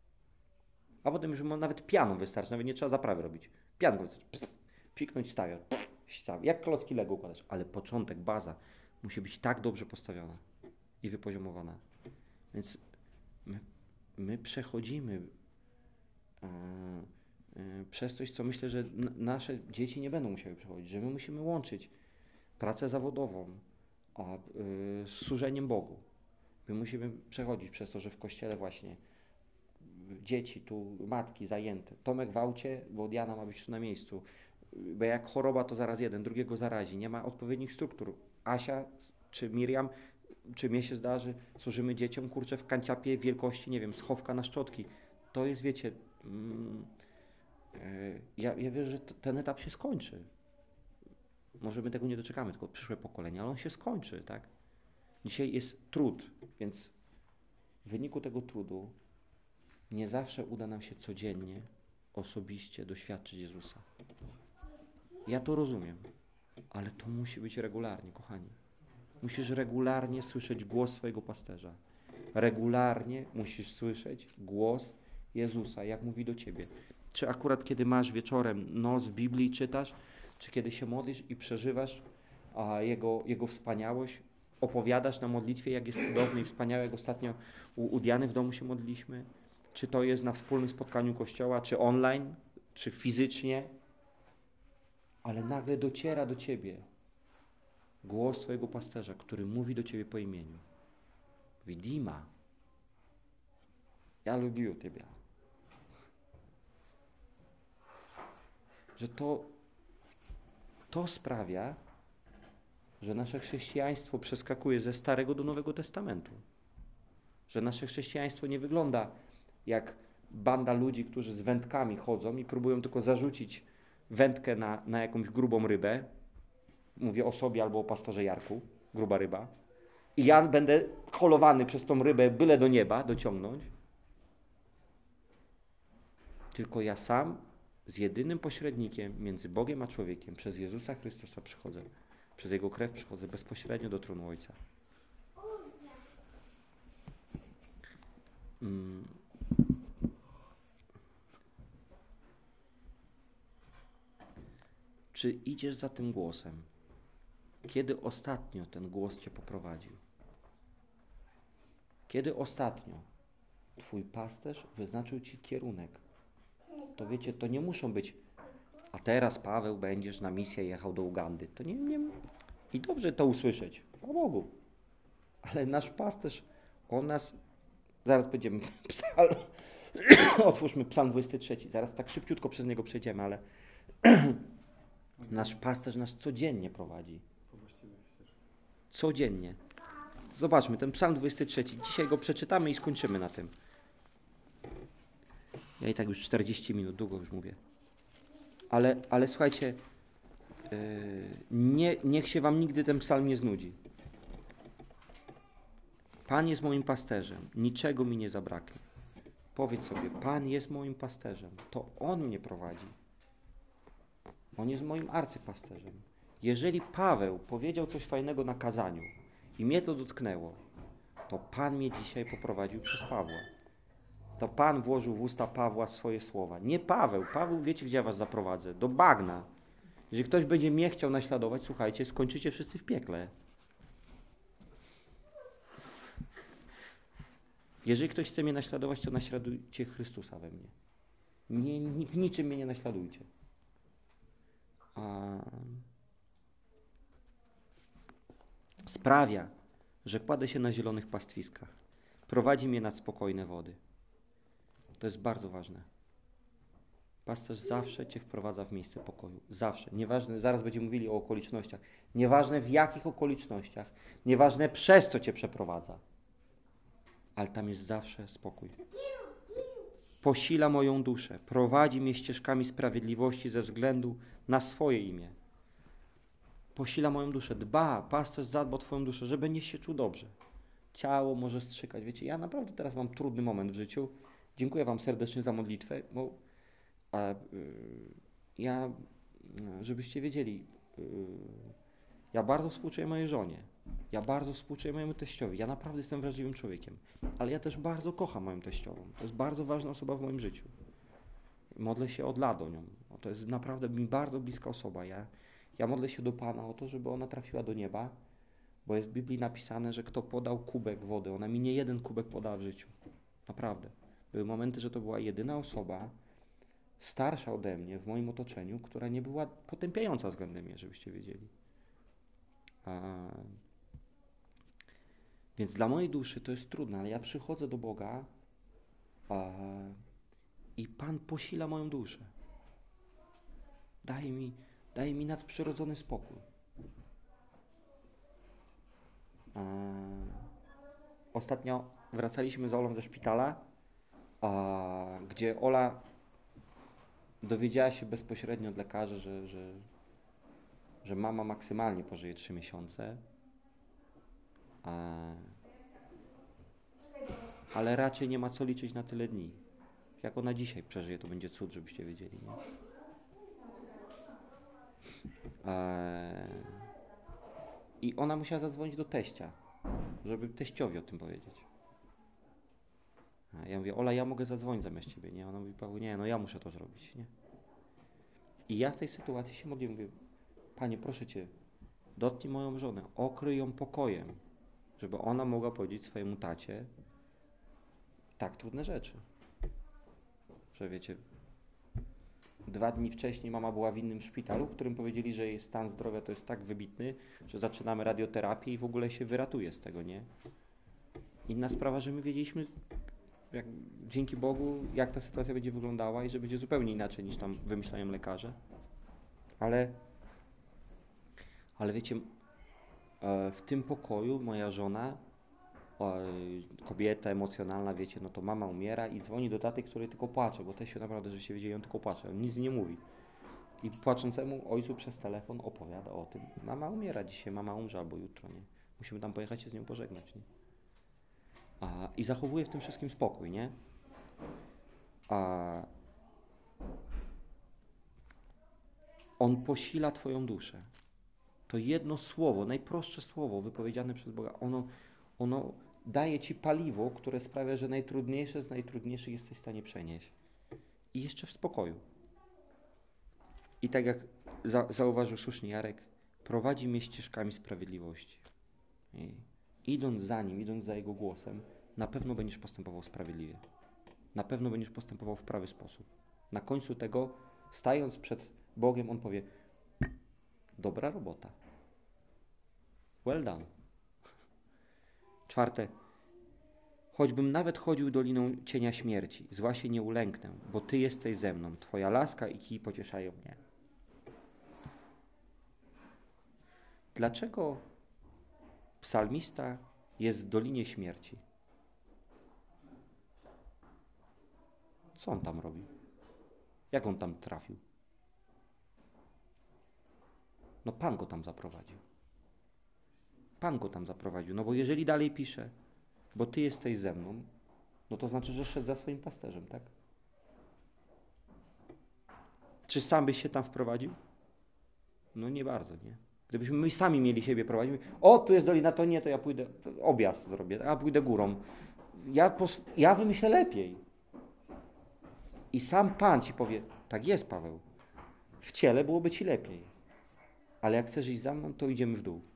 A potem już nawet pianą wystarczy, nawet nie trzeba zaprawy robić. Pianką wystarczy. Piknąć, stawia. stawia. Jak klocki Lego układasz. Ale początek, baza musi być tak dobrze postawiona i wypoziomowana. Więc my, my przechodzimy e, e, przez coś, co myślę, że n- nasze dzieci nie będą musiały przechodzić. Że my musimy łączyć pracę zawodową a, y, z służeniem Bogu. My musimy przechodzić przez to, że w kościele właśnie dzieci, tu matki zajęte. Tomek w aucie, bo Diana ma być tu na miejscu. Bo jak choroba, to zaraz jeden, drugiego zarazi. Nie ma odpowiednich struktur. Asia czy Miriam, czy mnie się zdarzy, służymy dzieciom, kurczę, w kanciapie wielkości, nie wiem, schowka na szczotki. To jest, wiecie, mm, yy, ja, ja wierzę, że t- ten etap się skończy. Może my tego nie doczekamy, tylko przyszłe pokolenia, ale on się skończy, tak? Dzisiaj jest trud, więc w wyniku tego trudu nie zawsze uda nam się codziennie, osobiście doświadczyć Jezusa. Ja to rozumiem, ale to musi być regularnie, kochani. Musisz regularnie słyszeć głos swojego pasterza. Regularnie musisz słyszeć głos Jezusa, jak mówi do ciebie. Czy akurat kiedy masz wieczorem noc w Biblii czytasz, czy kiedy się modlisz i przeżywasz a, Jego, Jego wspaniałość, opowiadasz na modlitwie, jak jest cudowny i wspaniały, jak ostatnio u, u Diany w domu się modliliśmy, czy to jest na wspólnym spotkaniu Kościoła, czy online, czy fizycznie, ale nagle dociera do ciebie głos twojego pasterza, który mówi do ciebie po imieniu. Mówi, Dima, ja lubię ciebie. Że to, to sprawia, że nasze chrześcijaństwo przeskakuje ze Starego do Nowego Testamentu. Że nasze chrześcijaństwo nie wygląda jak banda ludzi, którzy z wędkami chodzą i próbują tylko zarzucić wędkę na, na jakąś grubą rybę. Mówię o sobie albo o pastorze Jarku, gruba ryba. I ja będę holowany przez tą rybę, byle do nieba dociągnąć. Tylko ja sam z jedynym pośrednikiem między Bogiem a człowiekiem, przez Jezusa Chrystusa przychodzę. Przez Jego krew przychodzę bezpośrednio do tronu Ojca. Hmm. Czy idziesz za tym głosem? Kiedy ostatnio ten głos cię poprowadził? Kiedy ostatnio twój pasterz wyznaczył ci kierunek? To wiecie, to nie muszą być, a teraz Paweł będziesz na misję jechał do Ugandy. To nie, nie i dobrze to usłyszeć, o Bogu. Ale nasz pasterz, on nas, zaraz będziemy psalm, otwórzmy psalm dwudziesty trzeci, zaraz tak szybciutko przez niego przejdziemy, ale nasz pasterz nas codziennie prowadzi. Codziennie. Zobaczmy, ten psalm dwudziesty trzeci. Dzisiaj go przeczytamy i skończymy na tym. Ja i tak już czterdzieści minut, długo już mówię. Ale, ale słuchajcie, yy, nie, niech się wam nigdy ten psalm nie znudzi. Pan jest moim pasterzem, niczego mi nie zabraknie. Powiedz sobie, Pan jest moim pasterzem, to On mnie prowadzi. On jest moim arcypasterzem. Jeżeli Paweł powiedział coś fajnego na kazaniu i mnie to dotknęło, to Pan mnie dzisiaj poprowadził przez Pawła. To Pan włożył w usta Pawła swoje słowa. Nie Paweł. Paweł, wiecie, gdzie ja was zaprowadzę? Do bagna. Jeżeli ktoś będzie mnie chciał naśladować, słuchajcie, skończycie wszyscy w piekle. Jeżeli ktoś chce mnie naśladować, to naśladujcie Chrystusa we mnie. Nie, niczym mnie nie naśladujcie. A... Sprawia, że kładę się na zielonych pastwiskach. Prowadzi mnie nad spokojne wody. To jest bardzo ważne. Pasterz zawsze cię wprowadza w miejsce pokoju. Zawsze. Nieważne, zaraz będziemy mówili o okolicznościach. Nieważne w jakich okolicznościach. Nieważne przez co cię przeprowadza. Ale tam jest zawsze spokój. posila moją duszę, prowadzi mnie ścieżkami sprawiedliwości ze względu na swoje imię. Posila moją duszę, dba, pasterz zadba o twoją duszę, żeby nie się czuł dobrze. Ciało może strzykać. Wiecie, ja naprawdę teraz mam trudny moment w życiu. Dziękuję wam serdecznie za modlitwę, bo a, y, ja, żebyście wiedzieli, y, ja bardzo współczuję mojej żonie. Ja bardzo współczuję mojemu teściowi. Ja naprawdę jestem wrażliwym człowiekiem. Ale ja też bardzo kocham moją teściową. To jest bardzo ważna osoba w moim życiu. Modlę się od lat o nią. To jest naprawdę mi bardzo bliska osoba. Ja, ja modlę się do Pana o to, żeby ona trafiła do nieba, bo jest w Biblii napisane, że kto podał kubek wody, ona mi nie jeden kubek podała w życiu. Naprawdę. Były momenty, że to była jedyna osoba starsza ode mnie w moim otoczeniu, która nie była potępiająca względem mnie, żebyście wiedzieli. A... Więc dla mojej duszy to jest trudne, ale ja przychodzę do Boga a... i Pan posila moją duszę. Daje mi, daje mi nadprzyrodzony spokój. A... Ostatnio wracaliśmy z Olą ze szpitala, a... gdzie Ola dowiedziała się bezpośrednio od lekarza, że, że, że mama maksymalnie pożyje trzy miesiące. A... Ale raczej nie ma co liczyć na tyle dni. Jak ona dzisiaj przeżyje, to będzie cud, żebyście wiedzieli. Nie? A... I ona musiała zadzwonić do teścia, żeby teściowi o tym powiedzieć. A ja mówię, Ola, ja mogę zadzwonić zamiast ciebie. Nie? Ona mówi, Paweł, nie, no ja muszę to zrobić. Nie? I ja w tej sytuacji się modliłem, mówię, Panie, proszę Cię, dotknij moją żonę, okryj ją pokojem, żeby ona mogła powiedzieć swojemu tacie tak trudne rzeczy. Że wiecie, dwa dni wcześniej mama była w innym szpitalu, w którym powiedzieli, że jej stan zdrowia to jest tak wybitny, że zaczynamy radioterapię i w ogóle się wyratuje z tego, nie? Inna sprawa, że my wiedzieliśmy, jak, dzięki Bogu, jak ta sytuacja będzie wyglądała i że będzie zupełnie inaczej niż tam wymyślają lekarze. Ale, ale wiecie, w tym pokoju moja żona, kobieta emocjonalna, wiecie, no to mama umiera i dzwoni do taty, który tylko płacze, bo też się naprawdę, że się wiedzieli, on tylko płacze, on nic nie mówi. I płaczącemu ojcu przez telefon opowiada o tym. Mama umiera dzisiaj, mama umrze albo jutro, nie? Musimy tam pojechać się z nią pożegnać, nie? A, I zachowuje w tym wszystkim spokój, nie? A, on posila twoją duszę. To jedno słowo, najprostsze słowo wypowiedziane przez Boga, ono, ono daje ci paliwo, które sprawia, że najtrudniejsze z najtrudniejszych jesteś w stanie przenieść. I jeszcze w spokoju. I tak jak za, zauważył słusznie Jarek, prowadzi mnie ścieżkami sprawiedliwości. I idąc za nim, idąc za jego głosem, na pewno będziesz postępował sprawiedliwie. Na pewno będziesz postępował w prawy sposób. Na końcu tego, stając przed Bogiem, on powie, dobra robota. Well done. Czwarte. Choćbym nawet chodził doliną cienia śmierci, zła się nie ulęknę, bo Ty jesteś ze mną. Twoja laska i kij pocieszają mnie. Dlaczego psalmista jest w dolinie śmierci? Co on tam robi? Jak on tam trafił? No Pan go tam zaprowadził. Pan go tam zaprowadził. No bo jeżeli dalej pisze, bo Ty jesteś ze mną, no to znaczy, że szedł za swoim pasterzem, tak? Czy sam byś się tam wprowadził? No nie bardzo, nie? Gdybyśmy my sami mieli siebie prowadzić, o, tu jest dolina, to nie, to ja pójdę, to objazd zrobię, a ja pójdę górą. Ja, pos- ja wymyślę lepiej. I sam Pan ci powie, tak jest, Paweł, w ciele byłoby ci lepiej, ale jak chcesz iść za mną, to idziemy w dół.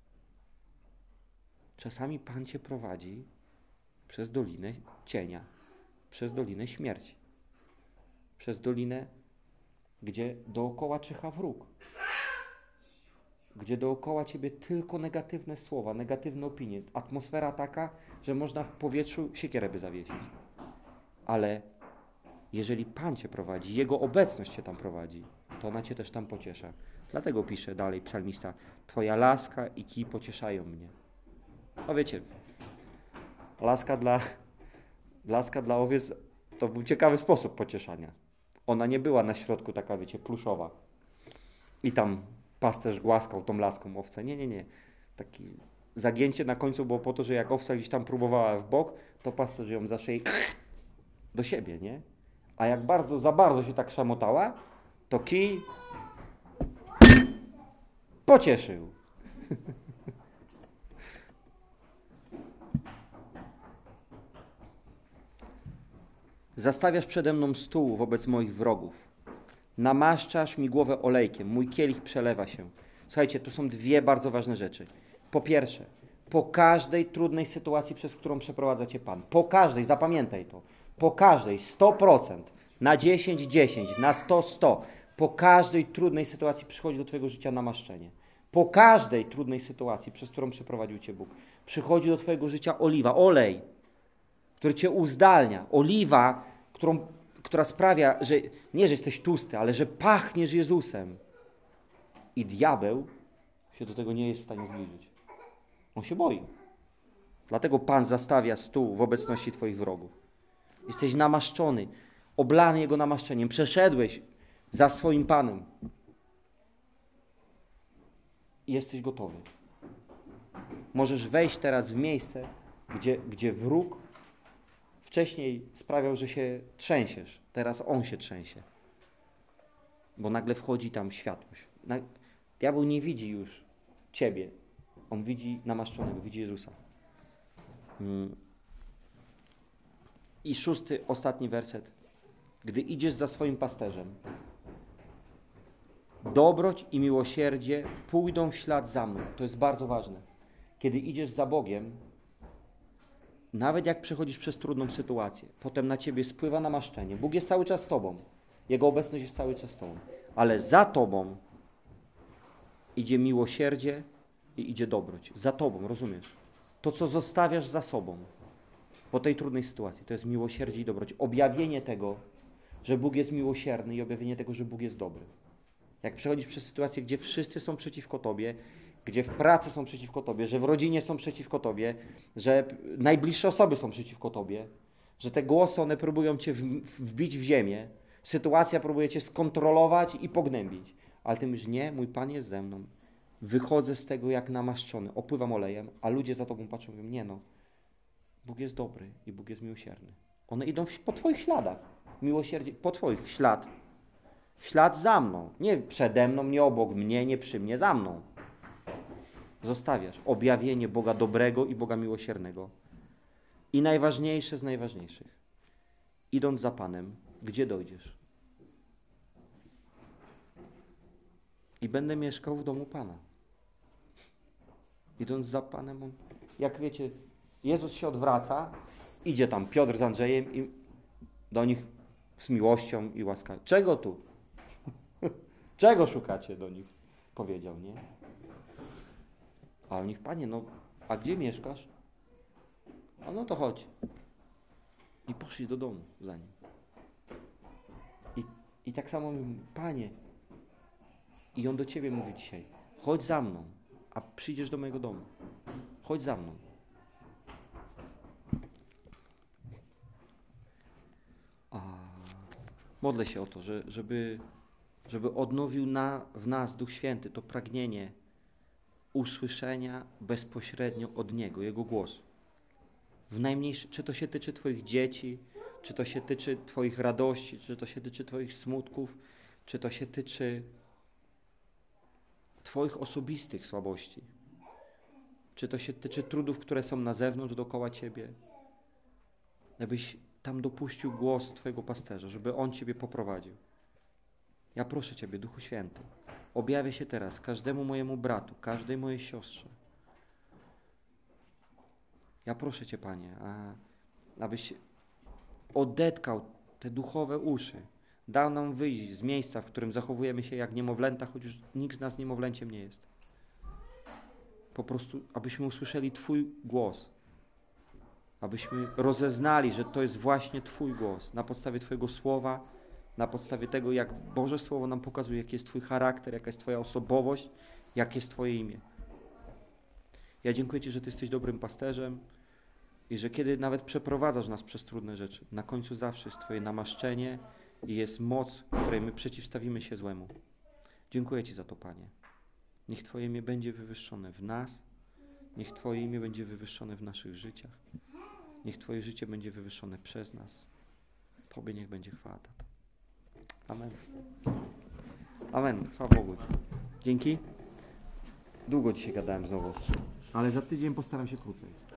Czasami Pan cię prowadzi przez dolinę cienia, przez dolinę śmierci, przez dolinę, gdzie dookoła czyha wróg, gdzie dookoła ciebie tylko negatywne słowa, negatywne opinie, atmosfera taka, że można w powietrzu siekierę by zawiesić. Ale jeżeli Pan cię prowadzi, Jego obecność cię tam prowadzi, to ona cię też tam pociesza. Dlatego pisze dalej psalmista, Twoja laska i kij pocieszają mnie. No wiecie, laska dla, laska dla owiec To był ciekawy sposób pocieszania. Ona nie była na środku taka, wiecie, pluszowa. I tam pasterz głaskał tą laską owcę. Nie, nie, nie. Taki zagięcie na końcu było po to, że jak owca gdzieś tam próbowała w bok, to pasterz ją za szyję do siebie, nie? A jak bardzo, za bardzo się tak szamotała, to kij pocieszył. Zastawiasz przede mną stół wobec moich wrogów. Namaszczasz mi głowę olejkiem. Mój kielich przelewa się. Słuchajcie, tu są dwie bardzo ważne rzeczy. Po pierwsze, po każdej trudnej sytuacji, przez którą przeprowadza cię Pan. Po każdej, zapamiętaj to. Po każdej, sto procent. Na dziesięć, dziesięć. Na sto, sto. Po każdej trudnej sytuacji przychodzi do twojego życia namaszczenie. Po każdej trudnej sytuacji, przez którą przeprowadził cię Bóg, przychodzi do twojego życia oliwa, olej, który cię uzdalnia. Oliwa, którą, która sprawia, że nie, że jesteś tłusty, ale że pachniesz Jezusem. I diabeł się do tego nie jest w stanie zbliżyć. On się boi. Dlatego Pan zastawia stół w obecności twoich wrogów. Jesteś namaszczony, oblany Jego namaszczeniem. Przeszedłeś za swoim Panem. I jesteś gotowy. Możesz wejść teraz w miejsce, gdzie, gdzie wróg wcześniej sprawiał, że się trzęsiesz. Teraz on się trzęsie. Bo nagle wchodzi tam światłość. Diabeł nie widzi już ciebie. On widzi namaszczonego, widzi Jezusa. I szósty, ostatni werset. Gdy idziesz za swoim pasterzem, dobroć i miłosierdzie pójdą w ślad za mną. To jest bardzo ważne. Kiedy idziesz za Bogiem, nawet jak przechodzisz przez trudną sytuację, potem na ciebie spływa namaszczenie. Bóg jest cały czas z tobą. Jego obecność jest cały czas z tobą. Ale za tobą idzie miłosierdzie i idzie dobroć. Za tobą, rozumiesz? To, co zostawiasz za sobą po tej trudnej sytuacji, to jest miłosierdzie i dobroć. Objawienie tego, że Bóg jest miłosierny i objawienie tego, że Bóg jest dobry. Jak przechodzisz przez sytuację, gdzie wszyscy są przeciwko tobie, gdzie w pracy są przeciwko tobie, że w rodzinie są przeciwko tobie, że najbliższe osoby są przeciwko tobie, że te głosy, one próbują cię wbić w ziemię, sytuacja próbuje cię skontrolować i pognębić. Ale ty mówisz, nie, mój Pan jest ze mną. Wychodzę z tego jak namaszczony, opływam olejem, a ludzie za tobą patrzą i mówią, nie no, Bóg jest dobry i Bóg jest miłosierny. One idą po twoich śladach. Miłosierdzie po twoich, w ślad. W ślad za mną. Nie przede mną, nie obok mnie, nie przy mnie, za mną. Zostawiasz objawienie Boga dobrego i Boga miłosiernego. I najważniejsze z najważniejszych. Idąc za Panem, gdzie dojdziesz? I będę mieszkał w domu Pana. Idąc za Panem, on, jak wiecie, Jezus się odwraca, idzie tam Piotr z Andrzejem i do nich z miłością i łaskawie. Czego tu? Czego szukacie do nich? Powiedział, nie? A u nich, Panie, no, a gdzie mieszkasz? A no to chodź. I poszli do domu za nim. I, i tak samo mówi, Panie, i on do ciebie mówi dzisiaj, chodź za mną, a przyjdziesz do mojego domu. Chodź za mną. A, modlę się o to, że, żeby, żeby odnowił na, w nas Duch Święty to pragnienie usłyszenia bezpośrednio od Niego, Jego głosu. W najmniejszy, czy to się tyczy twoich dzieci, czy to się tyczy twoich radości, czy to się tyczy twoich smutków, czy to się tyczy twoich osobistych słabości, czy to się tyczy trudów, które są na zewnątrz, dookoła ciebie, abyś tam dopuścił głos twojego pasterza, żeby on ciebie poprowadził. Ja proszę Ciebie, Duchu Święty, objawię się teraz każdemu mojemu bratu, każdej mojej siostrze. Ja proszę Cię, Panie, a, abyś odetkał te duchowe uszy, dał nam wyjść z miejsca, w którym zachowujemy się jak niemowlęta, choć już nikt z nas niemowlęciem nie jest. Po prostu, abyśmy usłyszeli Twój głos, abyśmy rozeznali, że to jest właśnie Twój głos, na podstawie Twojego słowa, na podstawie tego, jak Boże Słowo nam pokazuje, jaki jest Twój charakter, jaka jest Twoja osobowość, jakie jest Twoje imię. Ja dziękuję Ci, że Ty jesteś dobrym pasterzem I że kiedy nawet przeprowadzasz nas przez trudne rzeczy, na końcu zawsze jest Twoje namaszczenie i jest moc, której my przeciwstawimy się złemu. Dziękuję Ci za to, Panie. Niech Twoje imię będzie wywyższone w nas, niech Twoje imię będzie wywyższone w naszych życiach, niech Twoje życie będzie wywyższone przez nas. Tobie niech będzie chwała, Tato. Amen. Amen. Chwała Bogu. Dzięki. Długo dzisiaj gadałem znowu, ale za tydzień postaram się krócej.